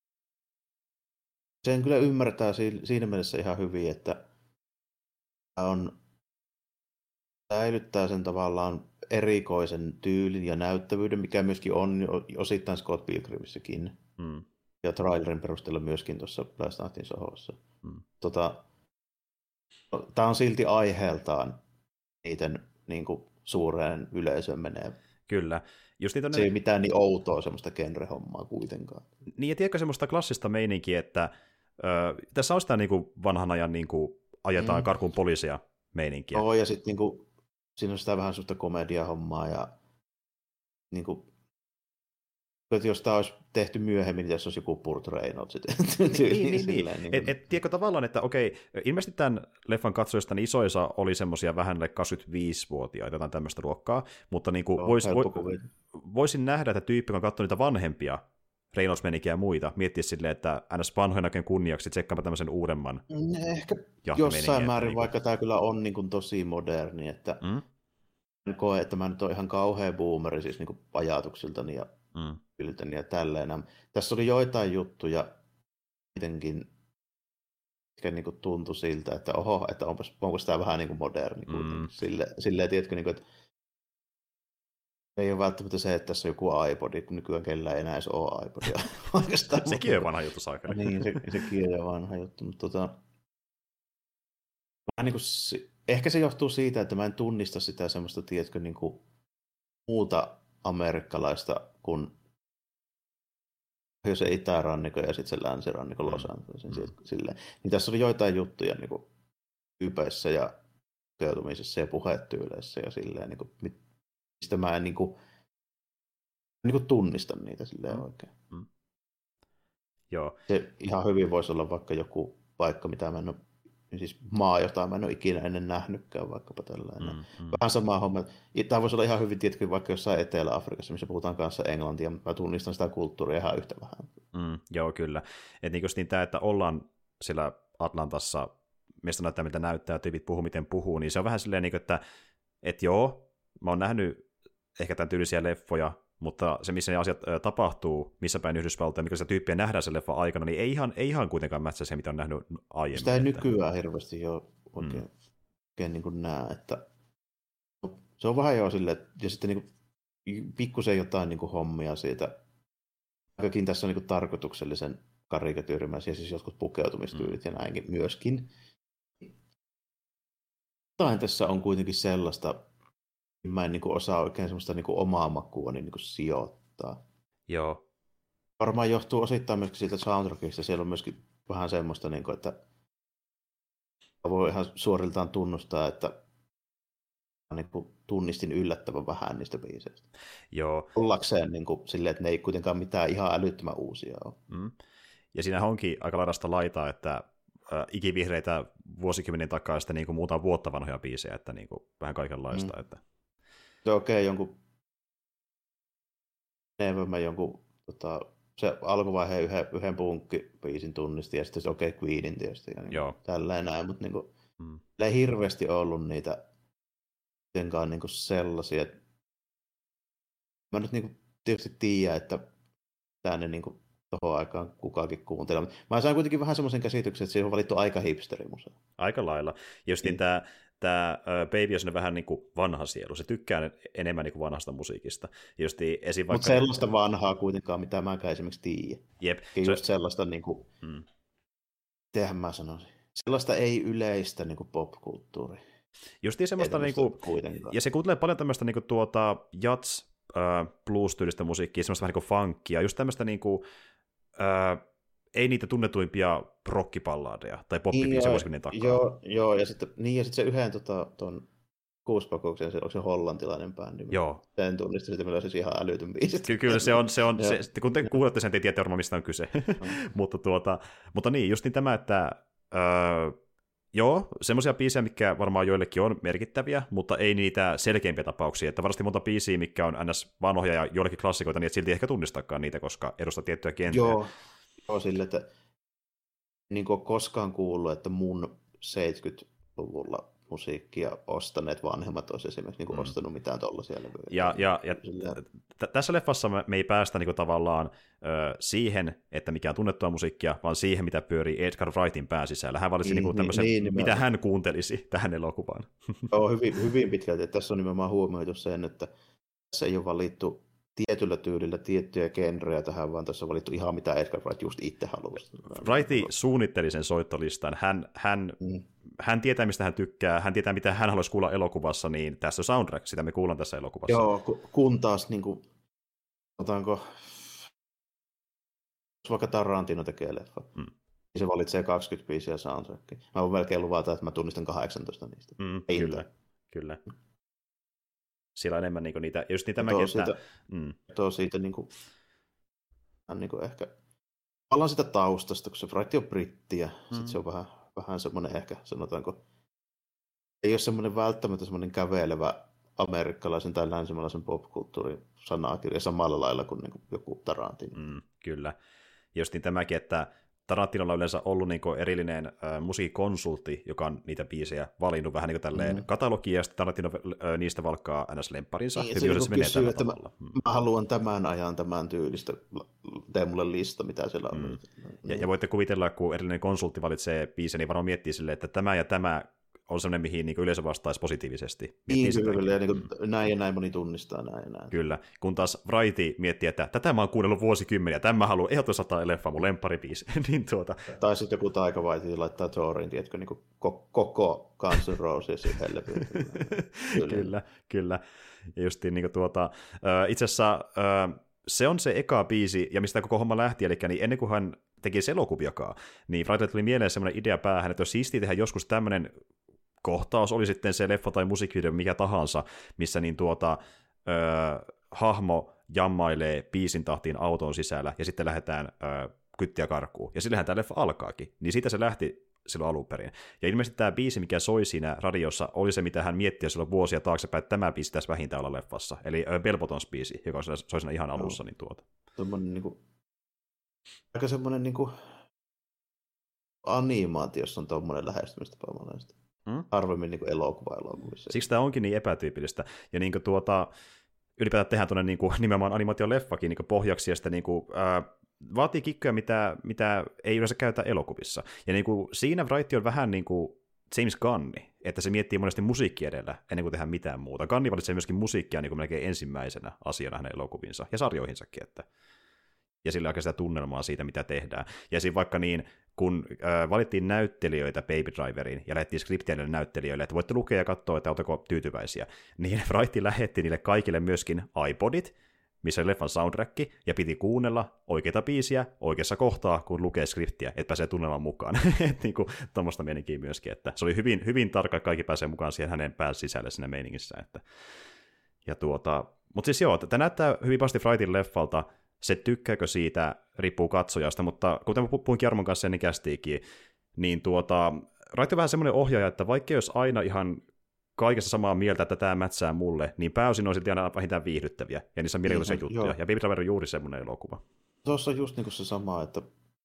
Sen kyllä ymmärtää siinä mielessä ihan hyvin, että on säilyttää sen tavallaan erikoisen tyylin ja näyttävyyden, mikä myöskin on osittain Scott Pilgrimissäkin. Mm. Ja trailerin perusteella myöskin tuossa Last Nightin Sohossa. Mm. Tota, tämä on silti aiheeltaan niiden niin kuin, suureen yleisöön menee. Kyllä. Just niin tonne... Se ei mitään niin outoa semmoista genre-hommaa kuitenkaan. Niin, ja tiedätkö semmoista klassista meininkiä, että ö, tässä on sitä niin kuin vanhan ajan niin kuin ajetaan mm. karkuun poliisia meininkiä. Joo, ja sitten niinku, siinä on sitä vähän sellaista komediahommaa, ja niinku, että jos tämä olisi tehty myöhemmin, niin tässä olisi joku Burt Reynolds. niin, niin, niin. niin. Et, et, tiedätkö tavallaan, että okei, ilmeisesti tämän leffan katsojista niin isoisa oli semmoisia vähän kaksikymmentäviisivuotiaita, jotain tämmöistä luokkaa, mutta niinku Joo, vois, vo, voisin nähdä, että tyyppi, joka on katsonut niitä vanhempia Reynolds-menikiä ja muita, miettiä silleen, että ns. Vanhojen oikein kunniaksi tsekkaapa tämmöisen uudemman. Ehkä jossain määrin, niin vaikka tämä kyllä on niin kuin tosi moderni, että mm? en koe, että mä nyt olen ihan kauhean boomeri siis niin kuin ajatuksiltani ja mm. yltäni ja tälleen. Tässä oli joitain juttuja jotenkin, mitkä niin kuin tuntui siltä, että oho, että onpas, onko tämä vähän niin kuin moderni kuitenkin. Mm. Sille, silleen, tiedätkö, niin kuin, että ei ole välttämättä se, että tässä on joku iPod, kun nykyään kellään ei enää edes ole iPodia. Sekin on vanha juttu, saakeli. Niin, se, sekin on jo vanha juttu. Mutta tota, niin kuin, ehkä se johtuu siitä, että mä en tunnista sitä semmoista, tiedätkö, niin kuin, muuta amerikkalaista kuin se itärannikko ja sitten se länsirannikko Los Angelesin. Mm. Silleen. Niin tässä oli joitain juttuja niin kuin, ypeissä ja toteutumisessa ja puhetyyleissä ja silleen, niin kuin, mistä mä en niin kuin, niin kuin tunnista niitä silleen mm. oikein. Mm. Joo. Se ihan hyvin voisi olla vaikka joku paikka, mitä mä en ole, siis maa, jota mä en ole ikinä ennen nähnytkään, vaikkapa tällainen. Mm, mm. Vähän samaa homma. Tämä voisi olla ihan hyvin, tietenkin vaikka jossain Etelä-Afrikassa, missä puhutaan kanssa englantia, mutta mä tunnistan sitä kulttuuria ihan yhtä vähän. Mm, joo, kyllä. Että niin niin tämä, että ollaan siellä Atlantassa, mistä näyttää, miltä näyttää, tyypit puhuu, miten puhuu, niin se on vähän silleen, että, että joo, mä oon nähnyt ehkä tämän tyylisiä leffoja, mutta se, missä ne asiat ö, tapahtuu, missä päin Yhdysvaltoja, mikä se tyyppiä nähdään sen leffan aikana, niin ei ihan, ei ihan kuitenkaan mätsä se, mitä on nähnyt aiemmin. Sitä ei että... nykyään hirveästi jo oikein, mm. oikein niin kuin näe, että se on vähän jo silleen, ja sitten niin kuin, pikkusen jotain niin kuin hommia siitä, vaikkakin tässä on niin kuin tarkoituksellisen karikatyyrimäisiä, siis jotkut pukeutumistyylit mm. ja näinkin myöskin. Jotain tässä on kuitenkin sellaista, mä en niin kuin osaa oikein semmoista niin kuin omaa makua niin kuin sijoittaa. Joo. Varmaan johtuu osittain myöskin siitä soundtrackista. Siellä on myöskin vähän semmoista, niin kuin, että voi ihan suoriltaan tunnustaa, että niin kuin tunnistin yllättävän vähän niistä biiseistä. Joo. Ollakseen niin kuin, silleen, että ne ei kuitenkaan mitään ihan älyttömän uusia ole. Mm. Ja siinä onkin aika laidasta laitaa, että äh, ikivihreitä vuosikymmenen takaa sitten niin kuin muuta vuotta vanhoja biisejä, että niin kuin vähän kaikenlaista. Mm. Että... Se on okei, okay, jonkun Nevermind jonkun tota, se alkuvaiheen yhden, yhden punkkibiisin tunnisti, ja sitten se okei, okay, Queenin tietysti, ja niin tälleen näin, mutta niin kuin, mm. ei hirveästi ollut niitä jotenkaan niin kuin sellaisia, että mä nyt niin kuin tietysti tiedän, että tänne niin kuin tohon aikaan kukaankin kuuntella. Mä sain kuitenkin vähän semmoisen käsityksen, että se on valittu aika hipsterimuseo. Aika lailla. Justiin niin. tämä Tämä uh, Baby on vähän niin kuin vanha sielu. Se tykkää enemmän niin kuin vanhasta musiikista. Vaikka... Mutta sellaista vanhaa kuitenkaan, mitä mäkään esimerkiksi tiedä. Jep. Ja just se... sellaista, niin kuin, mm. tehän mä sanoisin, sellaista ei yleistä niin kuin pop-kulttuuria. Justiin semmoista, niin kuin, ja se kuuntelee paljon tämmöistä niin kuin, tuota, jazz, uh, blues-tyylistä musiikkia, semmoista vähän niin kuin funkia, just tämmöistä niin kuin, uh, ei niitä tunnetuimpia rockipalladeja tai poppibiisiä vuosikymmenen takaa. Joo, joo, ja sitten niin, ja sit se yhden tota, ton kuuspakouksen, se, onko se hollantilainen bändi? Joo. Sen tunnistin, että meillä on siis ihan älytön biisi. Ky- kyllä se on, se on se, kun te kuulette sen, te tiedätte varmaan, mistä on kyse. mutta, tuota, mutta niin, just niin tämä, että öö, joo, semmoisia biisejä, mitkä varmaan joillekin on merkittäviä, mutta ei niitä selkeimpiä tapauksia, että varmasti monta biisiä, mitkä on ns. Vanhoja ja joillekin klassikoita, niin et silti ehkä tunnistakaan niitä, koska edustaa tiettyä kenttää. Joo. Joo, sille, että niin ole koskaan kuullut, että mun seitsemänkymmentäluvulla musiikkia ostaneet vanhemmat olisi esimerkiksi niin mm. ostanut mitään tollaisia levyjä. Ja, ja, ja t- tässä leffassa me, me ei päästä niin kuin, tavallaan ö, siihen, että mikä on tunnettua musiikkia, vaan siihen, mitä pyörii Edgar Wrightin pään sisällä. Hän valitsi niin, niin, tämmöisen, niin, niin, mitä hän kuuntelisi tähän elokuvaan. Joo, hyvin, hyvin pitkälti. Tässä on nimenomaan huomioitu sen, että tässä ei ole valittu tietyllä tyylillä tiettyjä genrejä tähän, vaan tässä on valittu ihan mitä Edgar Wright just itse halusi. Wright suunnitteli sen soittolistan. Hän, hän, mm. hän tietää, mistä hän tykkää, hän tietää, mitä hän haluaisi kuulla elokuvassa, niin tässä on soundtrack, sitä me kuullaan tässä elokuvassa. Joo, kun taas, niin kuin, otanko, jos vaikka Tarantino tekee leffa, mm. niin se valitsee kaksikymmentä biisiä soundtrackia. Mä voin melkein luvata, että mä tunnistan kahdeksantoista niistä. Mm, kyllä, kyllä. Siellä on enemmän niinku niitä, just niitä mäkin, siitä, että... Mm. Tuo siitä niinku, niinku ehkä, ollaan sitä taustasta, kun se Wright on brittiä, mm. sitten se on vähän, vähän semmoinen ehkä, sanotaanko, ei ole semmoinen välttämättä semmoinen kävelevä amerikkalaisen tai länsimaalaisen popkulttuurin sanakirja samalla lailla kuin niinku joku Tarantino. Mm, kyllä. Just niin tämäkin, että Tarantinolla on yleensä ollut niin erillinen äh, musiikkikonsultti, joka on niitä biisejä valinnut vähän niin tälleen mm. katalogia, ja sitten Tarantino äh, niistä valkkaa ns. Lempparinsa. Niin, se, se kysyy, että mä, mm. mä haluan tämän ajan tämän tyylistä, tee mulle lista, mitä siellä on. Mm. Ja, ja voitte kuvitella, kun erillinen konsultti valitsee biisejä, niin varmaan miettii silleen, että tämä ja tämä on sellainen, mihin niin yleisö vastaisi positiivisesti. Niin, kyllä, ja niin kuin, mm. näin ja näin moni tunnistaa näin ja näin. Kyllä, kun taas Wrighti miettii, että tätä mä oon kuunnellut vuosikymmeniä, tämän mä haluan ehdottomasti saattaa leffa mun lempparibiisi. niin tuota... Tai sitten joku taikavaiti laittaa Thorin, tiedätkö, niin kuin koko Guns N' Roses yhden levyyn. kyllä. kyllä, kyllä. Ja justiin niin kuin tuota, itse asiassa se on se eka biisi, ja mistä koko homma lähti, eli niin ennen kuin hän teki se elokuviakaan, niin Wrightille tuli mieleen semmoinen idea päähän, että jos siistiä tehdä joskus tämmöinen kohtaus, oli sitten se leffa tai musiikkivideo, mikä tahansa, missä niin tuota, ö, hahmo jammailee biisin tahtiin auton sisällä, ja sitten lähdetään ö, kyttiä karkuun. Ja sillähän tämä leffa alkaakin. Niin siitä se lähti silloin alun perin. Ja ilmeisesti tämä biisi, mikä soi siinä radiossa, oli se, mitä hän mietti silloin vuosia taaksepäin, että tämä biisi tässä vähintään olla leffassa. Eli Bell Bottoms-biisi, joka soi siinä ihan alussa. No. Niin tuota. Tuommoinen niin kuin, aika semmoinen niin kuin animaatiossa on tuommoinen lähestymistapa monesti. Hmm? Harvemmin niin elokuva-elokuvissa. Siksi tämä onkin niin epätyypillistä. Ja niin tuota, ylipäätään tehdään tuonne niin kuin, nimenomaan animaatioleffakin niin kuin pohjaksi, ja sitten niin kuin, ää, vaatii kikkoja, mitä, mitä ei yleensä käytä elokuvissa. Ja niin kuin, siinä Wright on vähän niin kuin James Gunni, että se miettii monesti musiikki edellä, ennen kuin tehdään mitään muuta. Gunni valitsee myöskin musiikkia niin kuin melkein ensimmäisenä asiana hänen elokuviinsa, ja sarjoihinsakin, että ja sillä aika sitä tunnelmaa siitä, mitä tehdään. Ja siinä vaikka niin, kun äh, valittiin näyttelijöitä Baby Driveriin ja lähdettiin skriptiä niille näyttelijöille, että voitte lukea ja katsoa, että oletteko tyytyväisiä, niin Wright lähetti niille kaikille myöskin iPodit, missä oli leffan soundtrack, ja piti kuunnella oikeita biisiä oikeassa kohtaa, kun lukee skriptiä, että pääsee tunnelmaan mukaan. Että niinku, tuommoista meininkiä myöskin, että se oli hyvin, hyvin tarkka, että kaikki pääsee mukaan siihen hänen pään sisälle siinä meiningissä. Että. Ja tuota, mutta siis joo, tämä näyttää hyvin pasti Wrightin leffalta. Se tykkääkö siitä, riippuu katsojasta, mutta kuten mä puhuin Jarmon kanssa ennen kästiikin, niin tuota, Wright on vähän semmoinen ohjaaja, että vaikka jos aina ihan kaikessa samaa mieltä, että tämä mätsää mulle, niin pääosin on silti aina vähintään viihdyttäviä, ja niissä on mielenkiintoisia juttuja, joo. Ja Baby Driver on juuri semmoinen elokuva. Tuossa on just niin kuin se sama, että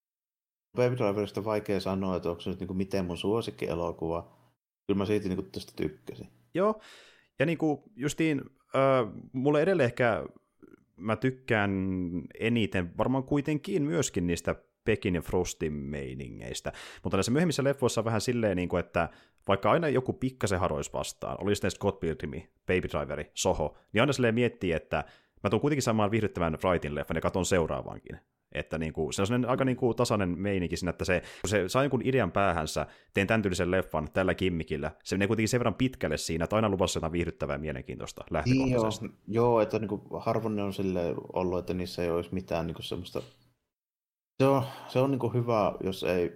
Baby Driverista vaikea sanoa, että onko se nyt niin kuin miten mun suosikkielokuva, kyllä mä siitä niin kuin tästä tykkäsin. Joo, ja niin kuin justiin, äh, mulle edelleen ehkä mä tykkään eniten varmaan kuitenkin myöskin niistä Peckin ja Frostin meiningeistä, mutta näissä myöhemmissä leffoissa on vähän silleen, että vaikka aina joku pikkasen harois vastaan, oli sitten Scott Pilgrim, Baby Driveri, Soho, niin aina silleen miettii, että mä tuun kuitenkin saamaan viihdyttävän Wrightin leffan ja katson seuraavankin. Että niinku, se on sellainen aika niinku tasainen meininki siinä, että se, kun se saa jonkun idean päähänsä, teen tämän tyylisen leffan tällä kimmikillä, se menee kuitenkin sen verran pitkälle siinä, että aina luvassa jotain viihdyttävää ja mielenkiintoista lähtökohtaisesti. Joo, joo, että niinku, harvoin ne on silleen ollut, että niissä ei olisi mitään niinku semmoista. Se on, se on niinku hyvä, jos ei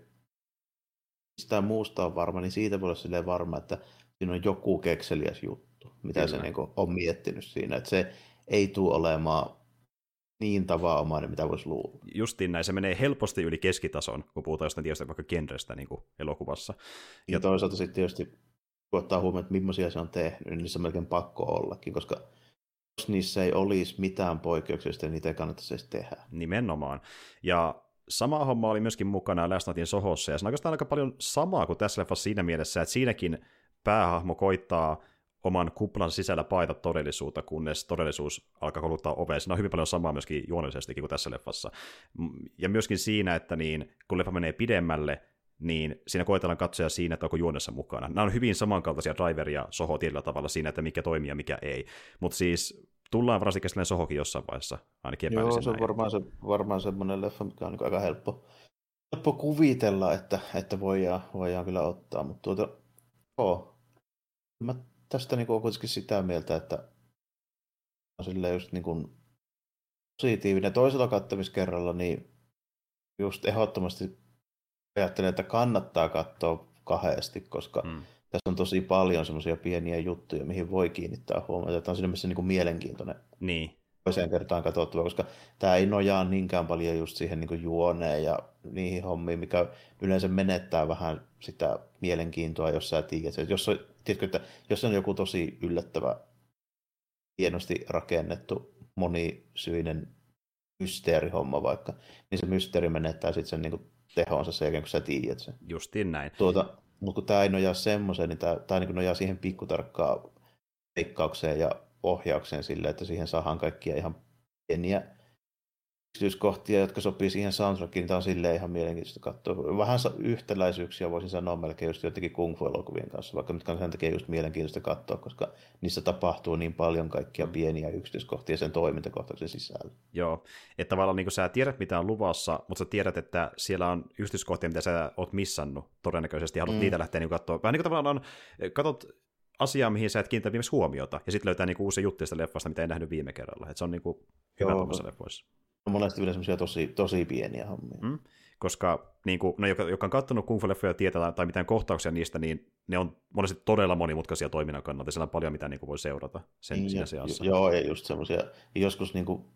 mistään muusta on varma, niin siitä voi olla silleen varma, että siinä on joku kekseliäs juttu, mitä Kyllä. se niinku on miettinyt siinä, että se ei tule olemaan niin tavanomainen, mitä voisi luulla. Justiin näin, se menee helposti yli keskitason, kun puhutaan jostain tietysti vaikka genrestä niin kuin elokuvassa. Ja, ja toisaalta sitten tietysti, kun ottaa huomioon, että millaisia se on tehnyt, niin niissä on melkein pakko ollakin, koska jos niissä ei olisi mitään poikkeuksista, niin niitä ei kannattaisi edes tehdä. Nimenomaan. Ja sama homma oli myöskin mukana Last Nightin Sohossa, ja se on oikeastaan aika paljon samaa kuin tässä leffassa siinä mielessä, että siinäkin päähahmo koittaa oman kuplan sisällä paita todellisuutta, kunnes todellisuus alkaa koluttaa oveen. Siinä on hyvin paljon samaa myöskin juonellisestikin kuin tässä leffassa. Ja myöskin siinä, että niin, kun leffa menee pidemmälle, niin siinä koetellaan katsoja siinä, että onko juonessa mukana. Nämä on hyvin samankaltaisia Driver ja Soho tietyllä tavalla siinä, että mikä toimii ja mikä ei. Mutta siis tullaan varmasti käsitellen Sohokin jossain vaiheessa, ainakin epäilisin. Joo, se on varmaan, se, varmaan semmoinen leffa, mikä on niin aika helppo, helppo kuvitella, että, että voidaan, voidaan kyllä ottaa. Mutta tuota, joo, mä tästä niin kuin, on kuitenkin sitä mieltä, että on silleen just niin kuin positiivinen. Toisella kattamiskerralla niin just ehdottomasti ajattelen, että kannattaa katsoa kahdesti, koska hmm. tässä on tosi paljon semmoisia pieniä juttuja, mihin voi kiinnittää huomiota. Tämä on siinä mielessä niin kuin mielenkiintoinen niin. toiseen kertaan katsottava, koska tämä ei nojaa niinkään paljon just siihen niin kuin juoneen ja niihin hommiin, mikä yleensä menettää vähän sitä mielenkiintoa, jos sä tiedät. Jos, tiedätkö, että jos on joku tosi yllättävä, hienosti rakennettu, monisyinen mysteerihomma vaikka, niin se mysteeri menettää sitten sen niin kuin tehonsa sen jälkeen, kun sä tiedät sen. Justiin näin. Tuota, mutta kun tämä ei nojaa semmoiseen, niin tämä, tämä niin nojaa siihen pikkutarkkaan veikkaukseen ja ohjaukseen sille, että siihen saadaan kaikkia ihan pieniä yksityiskohtia, jotka sopii siihen soundtrackiin, niin tämä on silleen ihan mielenkiintoista katsoa. Vähän yhtäläisyyksiä voisin sanoa melkein just jotenkin kung fu-elokuvien kanssa, vaikka nyt sen takia just mielenkiintoista katsoa, koska niissä tapahtuu niin paljon kaikkia pieniä yksityiskohtia sen toimintakohtauksen sisällä. Joo, että tavallaan niin sä tiedät, mitä on luvassa, mutta sä tiedät, että siellä on yksityiskohtia, mitä sä oot missannut todennäköisesti, ja haluat mm. niitä lähteä niin katsoa. Vähän niin kuin tavallaan katot asiaa, mihin sä et kiinnitä viimeksi huomiota, ja sitten löytää niinku uusia juttuja sitä leffasta, mitä ei nähnyt viime kerralla. Et se on niinku hyvä tuollaisessa leffoissa. On monesti vielä semmoisia tosi, tosi pieniä hommia. Mm. Koska niinku, no, joka, joka on katsonut kung fu-leffoja tietää tai mitään kohtauksia niistä, niin ne on monesti todella monimutkaisia toiminnan kannalta. Siellä on paljon, mitä niinku voi seurata sen niin, siinä seassa. Joo, ja just semmoisia. Joskus niinku,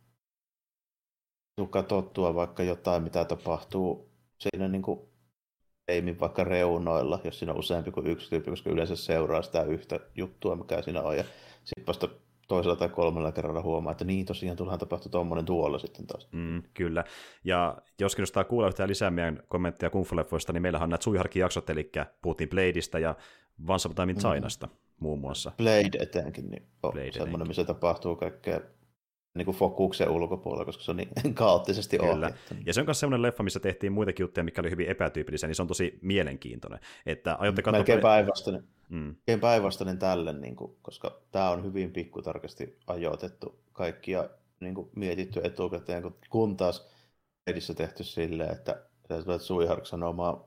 katsottua vaikka jotain, mitä tapahtuu siinä niinku eimin vaikka reunoilla, jos siinä on useampi kuin yksi tyyppi, koska yleensä seuraa sitä yhtä juttua, mikä siinä on. Ja sitten vasta toisella tai kolmella kerralla huomaa, että niin tosiaan tuollahan tapahtui tuommoinen tuolla sitten taas. Mm, kyllä. Ja jos kiinnostaa kuulla yhtään lisää meidän kommentteja kung fu-leffoista, niin meillähän on nämä Tsuiharki-jaksot, eli puhuttiin Bladeista ja Once Upon a Time in Chinasta. Mm. muun muassa. Blade etenkin niin on Blade semmoinen, etenkin. missä tapahtuu kaikkea niin kuin fokuksen ulkopuolella, koska se on niin kaoottisesti Kyllä. ohjattu. Ja se on myös semmoinen leffa, missä tehtiin muitakin juttuja, mikä oli hyvin epätyypillisiä, niin se on tosi mielenkiintoinen. Että aiotte katsoa... Melkein päinvastainen, mm. päinvastainen tälle, niin kuin, koska tämä on hyvin pikkutarkasti ajoitettu kaikki ja niin kuin mietitty etukäteen, kun taas edissä tehty silleen, että sä tulet Suihark sanomaan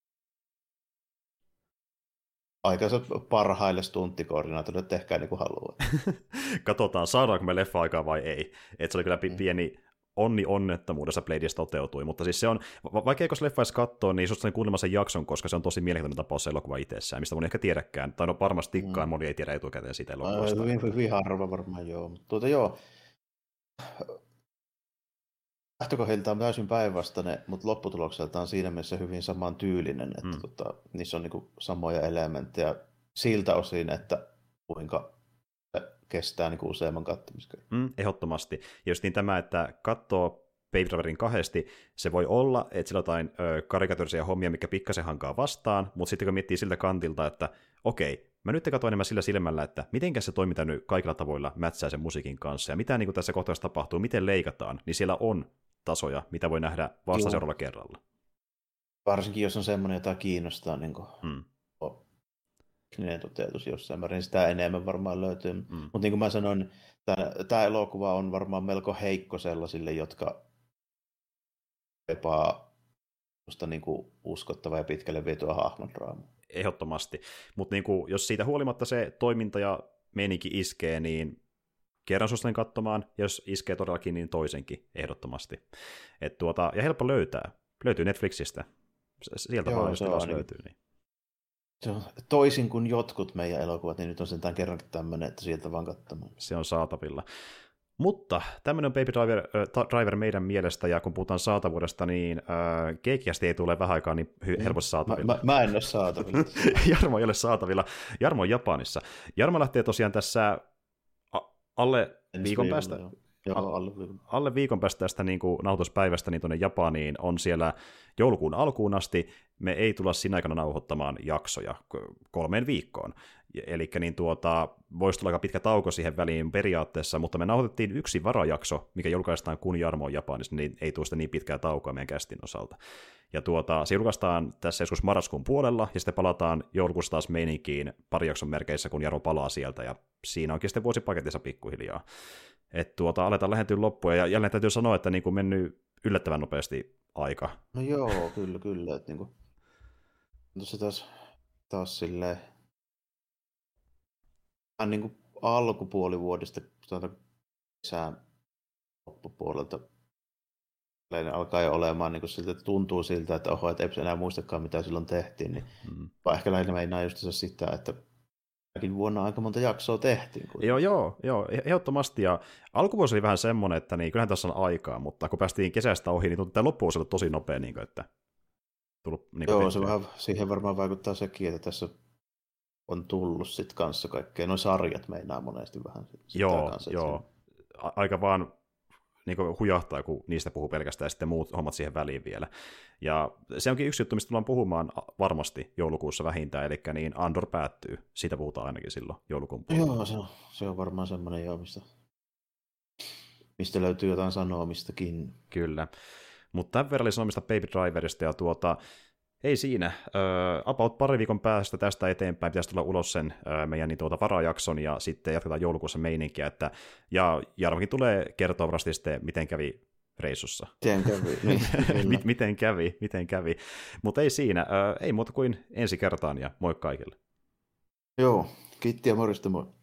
aikansa parhaille stunttikoordinaatioille, että tehkää niin kuin haluaa. Katsotaan, saadaanko me leffa-aikaa vai ei. Että se oli kyllä mm. pieni onni onnettomuudessa Bladeissa toteutui, mutta siis se on, va- vaikka eikö leffa edes katsoo, niin just kuulemma sen jakson, koska se on tosi mielenkiintoinen tapaus se elokuva itsessään, mistä moni ehkä tiedäkään, tai no varmastikaan mm. moni ei tiedä etukäteen siitä elokuvasta. Hyvin, hyvin harva varmaan joo, mutta tuota joo, lähtökohdilta on täysin päinvastainen, mutta lopputulokselta on siinä mielessä hyvin saman tyylinen, että mm. tota, niissä on niinku samoja elementtejä siltä osin, että kuinka kestää niinku useamman kattomiskerran. Mm, ehdottomasti. Ja just niin tämä, että katsoo Baby Driverin kahdesti, se voi olla, että sillä on jotain ö, karikatyyrisiä hommia, mikä pikkasen hankaa vastaan, mutta sitten kun miettii siltä kantilta, että okei, mä nyt katson enemmän sillä silmällä, että mitenkäs se toiminta nyt kaikilla tavoilla mätsää sen musiikin kanssa, ja mitä niin kuin tässä kohtaudessa tapahtuu, miten leikataan, niin siellä on tasoja, mitä voi nähdä vasta seuraavalla kerralla. Varsinkin, jos on semmoinen, jota kiinnostaa niin kuin mm. tekninen toteutus jossain määrin, sitä enemmän varmaan löytyy. Mm. Mutta niin kuin mä sanoin, tämä elokuva on varmaan melko heikko sellaisille, jotka epää niin kuin uskottava ja pitkälle vietyä hahmondraamaa. Ehdottomasti. Mutta niin jos siitä huolimatta se toiminta ja meininki iskee, niin kerran suosittelen katsomaan, ja jos iskee todellakin, niin toisenkin ehdottomasti. Et tuota, ja helppo löytää. Löytyy Netflixistä. Sieltä Joo, vaan, jos taas niin, löytyy. Niin. Se on toisin kuin jotkut meidän elokuvat, niin nyt on sentään kerrankin tämmöinen, että sieltä vaan katsomaan. Se on saatavilla. Mutta tämmöinen on Baby Driver, äh, Driver meidän mielestä, ja kun puhutaan saatavuudesta, niin äh, keikkiästi ei tule vähän aikaa niin hy- helposti saatavilla. Mä, mä, mä en ole saatavilla. Jarmo ei ole saatavilla. Jarmo on Japanissa. Jarmo lähtee tosiaan tässä a- alle Ensi viikon viikolla, päästä. Joo. Joo, alle viikon. Alle viikon päästä tästä niin kuin nauhoituspäivästä niin tuonne Japaniin on siellä joulukuun alkuun asti. Me ei tulla siinä aikana nauhoittamaan jaksoja kolmeen viikkoon. Eli niin tuota, voisi tulla aika pitkä tauko siihen väliin periaatteessa, mutta me nauhoitettiin yksi varajakso, mikä julkaistaan kun Jarmo on Japanissa, niin ei tule sitä niin pitkää taukoa meidän kästin osalta. Ja tuota, se julkaistaan tässä joskus marraskuun puolella, ja sitten palataan joulukuussa taas meininkiin pari jakson merkeissä, kun Jarmo palaa sieltä, ja siinä onkin sitten vuosipaketissa pikkuhiljaa. Että tuota, aletaan lähentyä loppuun, ja jälleen täytyy sanoa, että niin kuin mennyt yllättävän nopeasti aika. No joo, kyllä, kyllä. Että niin kuin, tuossa taas, taas silleen, niin kuin alkupuolivuodesta, tuota kesän loppupuolelta, alkaa jo olemaan niin kuin siltä, että tuntuu siltä, että oho, että ei enää muistakaan, mitä silloin tehtiin, niin mm. vaan ehkä lähinnä meinaa just sitä, että vuonna aika monta jaksoa tehtiin. Kun... Joo, joo, joo, ehdottomasti. Ja alkuvuosi oli vähän semmoinen, että niin, kyllähän tässä on aikaa, mutta kun päästiin kesästä ohi, niin tuntuu, että loppuvuosi oli tosi nopea. Niin kuin, että tullut, niin joo, tehtyä. se vähän, siihen varmaan vaikuttaa sekin, että tässä on tullut sitten kanssa kaikkea. Nuo sarjat meinaa monesti vähän sitä joo, kanssa. Joo, se... aika vaan niin kuin hujahtaa, kun niistä puhuu pelkästään ja sitten muut hommat siihen väliin vielä. Ja se onkin yksi juttu, mistä tullaan puhumaan varmasti joulukuussa vähintään, eli niin Andor päättyy. Siitä puhutaan ainakin silloin joulukuun puolella. Joo, se on, se on varmaan semmoinen joo, mistä, mistä löytyy jotain sanomistakin. Kyllä. Mutta tämän verran oli sanomista Baby Driverista, ja tuota, ei siinä. Uh, about pari viikon päästä tästä eteenpäin pitäisi tulla ulos sen uh, meidän niin tuota varajakson, ja sitten jatketaan joulukuussa meininkiä. Että, ja Jarmokin tulee kertoa varmasti sitten, miten kävi reissussa. Miten kävi. Niin, miten kävi, miten kävi. Mutta ei siinä. Uh, ei muuta kuin ensi kertaan, ja moi kaikille. Joo, kiitti ja morjesta moi.